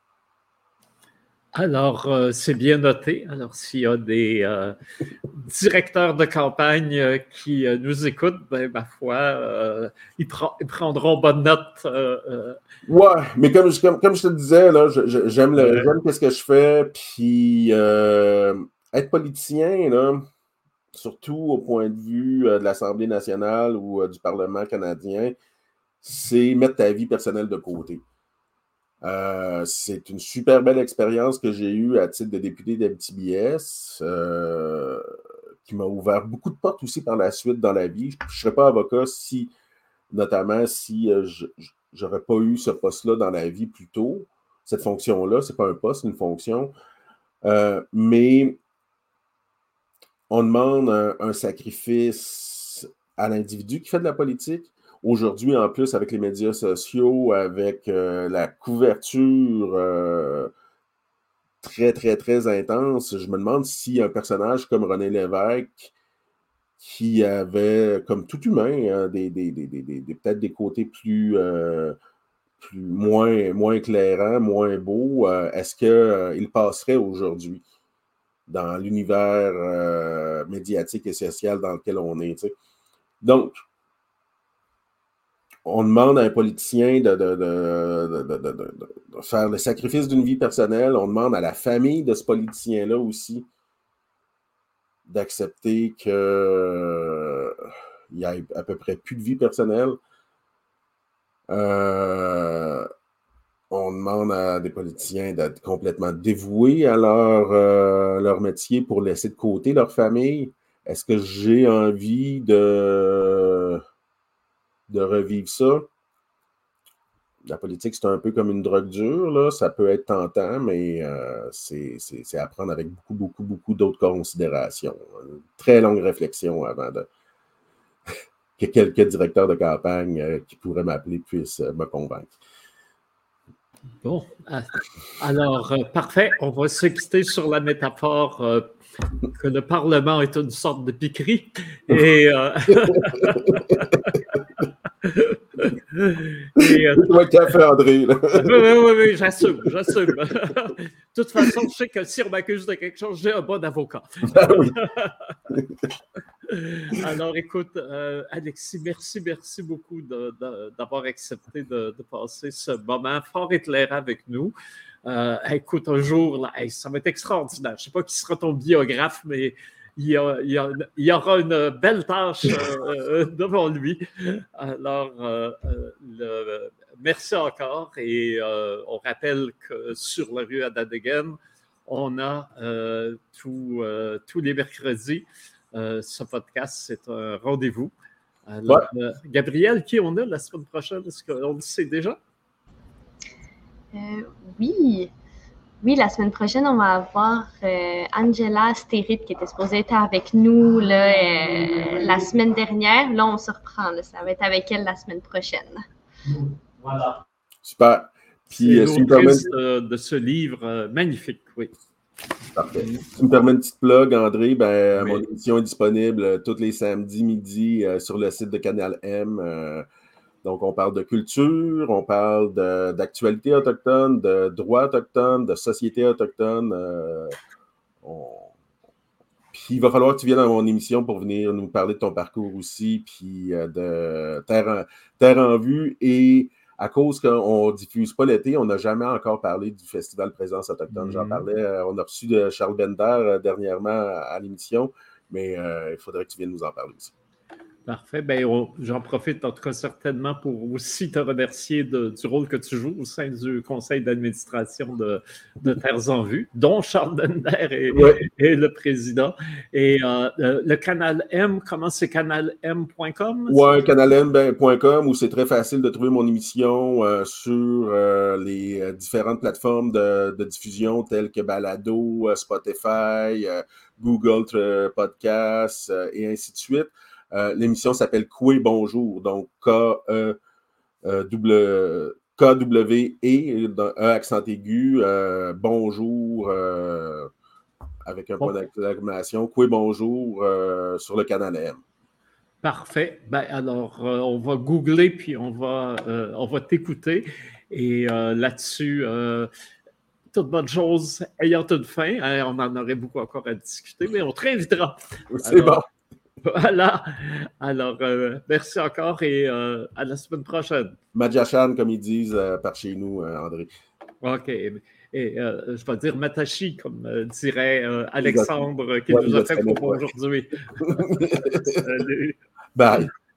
Alors, euh, c'est bien noté. Alors, s'il y a des euh, directeurs de campagne euh, qui euh, nous écoutent, ben, ma foi, euh, ils, pre- ils prendront bonne note. Euh, euh, Ouais, mais comme, je- comme, comme je te disais, là, je- je- j'aime le, Ouais. j'aime qu'est-ce que je fais, puis euh, être politicien, là, surtout au point de vue euh, de l'Assemblée nationale ou euh, du Parlement canadien, c'est mettre ta vie personnelle de côté. Euh, c'est une super belle expérience que j'ai eue à titre de député d'Abitibi-Est, euh, qui m'a ouvert beaucoup de portes aussi par la suite dans la vie. Je ne serais pas avocat si, notamment, si euh, je n'aurais pas eu ce poste-là dans la vie plus tôt. Cette fonction-là, ce n'est pas un poste, c'est une fonction. Euh, mais on demande un, un sacrifice à l'individu qui fait de la politique. Aujourd'hui, en plus, avec les médias sociaux, avec euh, la couverture euh, très, très, très intense, je me demande si un personnage comme René Lévesque, qui avait, comme tout humain, hein, des, des, des, des, des, peut-être des côtés plus, euh, plus moins, moins éclairants, moins beaux, euh, est-ce qu'il euh, passerait aujourd'hui dans l'univers euh, médiatique et social dans lequel on est, t'sais? Donc, on demande à un politicien de, de, de, de, de, de, de faire le sacrifice d'une vie personnelle. On demande à la famille de ce politicien-là aussi d'accepter qu'il euh, n'y ait à peu près plus de vie personnelle. Euh, on demande à des politiciens d'être complètement dévoués à leur, euh, leur métier pour laisser de côté leur famille. Est-ce que j'ai envie de, de revivre ça? La politique, c'est un peu comme une drogue dure, là. Ça peut être tentant, mais euh, c'est, c'est, c'est à prendre avec beaucoup, beaucoup, beaucoup d'autres considérations. Une très longue réflexion avant de que quelques directeurs de campagne euh, qui pourraient m'appeler puissent euh, me convaincre. Bon, alors, euh, parfait. On va se quitter sur la métaphore euh, que le Parlement est une sorte de piquerie. Et, euh, et euh, toi, café, André. Là. oui, oui, oui, oui, j'assume, j'assume. De toute façon, je sais que si on m'accuse de quelque chose, j'ai un bon avocat. Ah oui. Alors, écoute, euh, Alexis, merci, merci beaucoup de, de, d'avoir accepté de, de passer ce moment fort éclairant avec nous. Euh, écoute, un jour, là, hey, ça va être extraordinaire. Je ne sais pas qui sera ton biographe, mais il y, a, il, y a, il y aura une belle tâche euh, devant lui. Alors, euh, le, merci encore. Et euh, on rappelle que sur la rue Adadegen, on a euh, tout, euh, tous les mercredis. Euh, ce podcast, c'est un rendez-vous. Alors, ouais. euh, Gabriel, qui on a la semaine prochaine? Est-ce qu'on le sait déjà? Euh, oui. Oui, la semaine prochaine, on va avoir euh, Angela Stérit qui était supposée être avec nous là, euh, la semaine dernière. Là, on se reprend. Là. Ça va être avec elle la semaine prochaine. Voilà. Super. Puis, c'est l'autrice de, de ce livre euh, magnifique, oui. Parfait. Si tu me permets une petite plug, André, ben, oui. Mon émission est disponible tous les samedis midi euh, sur le site de Canal M. Euh, donc, on parle de culture, on parle de, d'actualité autochtone, de droits autochtones, de société autochtone. Euh, on... Puis, il va falloir que tu viennes à mon émission pour venir nous parler de ton parcours aussi, puis euh, de Terre en, Terre en vue. Et à cause qu'on ne diffuse pas l'été, on n'a jamais encore parlé du Festival Présence autochtone. Mm-hmm. J'en parlais, euh, on a reçu de Charles Bender euh, dernièrement à, à l'émission, mais euh, il faudrait que tu viennes nous en parler aussi. Parfait. Ben, on, j'en profite en tout cas certainement pour aussi te remercier de, du rôle que tu joues au sein du conseil d'administration de, de Terres en Vue, dont Charles Bender est, ouais. est le président. Et euh, le Canal M, comment c'est canal m point com? Oui, canal m point com, où c'est très facile de trouver mon émission euh, sur euh, les euh, différentes plateformes de, de diffusion telles que Balado, euh, Spotify, euh, Google euh, Podcasts euh, et ainsi de suite. Euh, l'émission s'appelle Coué Bonjour, donc K E W K W E, dans E accent aigu, euh, bonjour, euh, avec un point d'exclamation, Koué bonjour euh, sur le canal M. Parfait. Ben, alors, euh, on va googler puis on va, euh, on va t'écouter. Et euh, là-dessus, euh, toute bonne chose ayant une fin. Hein, on en aurait beaucoup encore à discuter, mais on te réinvitera. C'est bon. Voilà. Alors, euh, merci encore et euh, à la semaine prochaine. Majachan, comme ils disent euh, par chez nous, euh, André. OK. Et euh, je vais dire Matachi, comme euh, dirait euh, Alexandre, qui ouais, nous a fait pour aujourd'hui. Salut. Bye.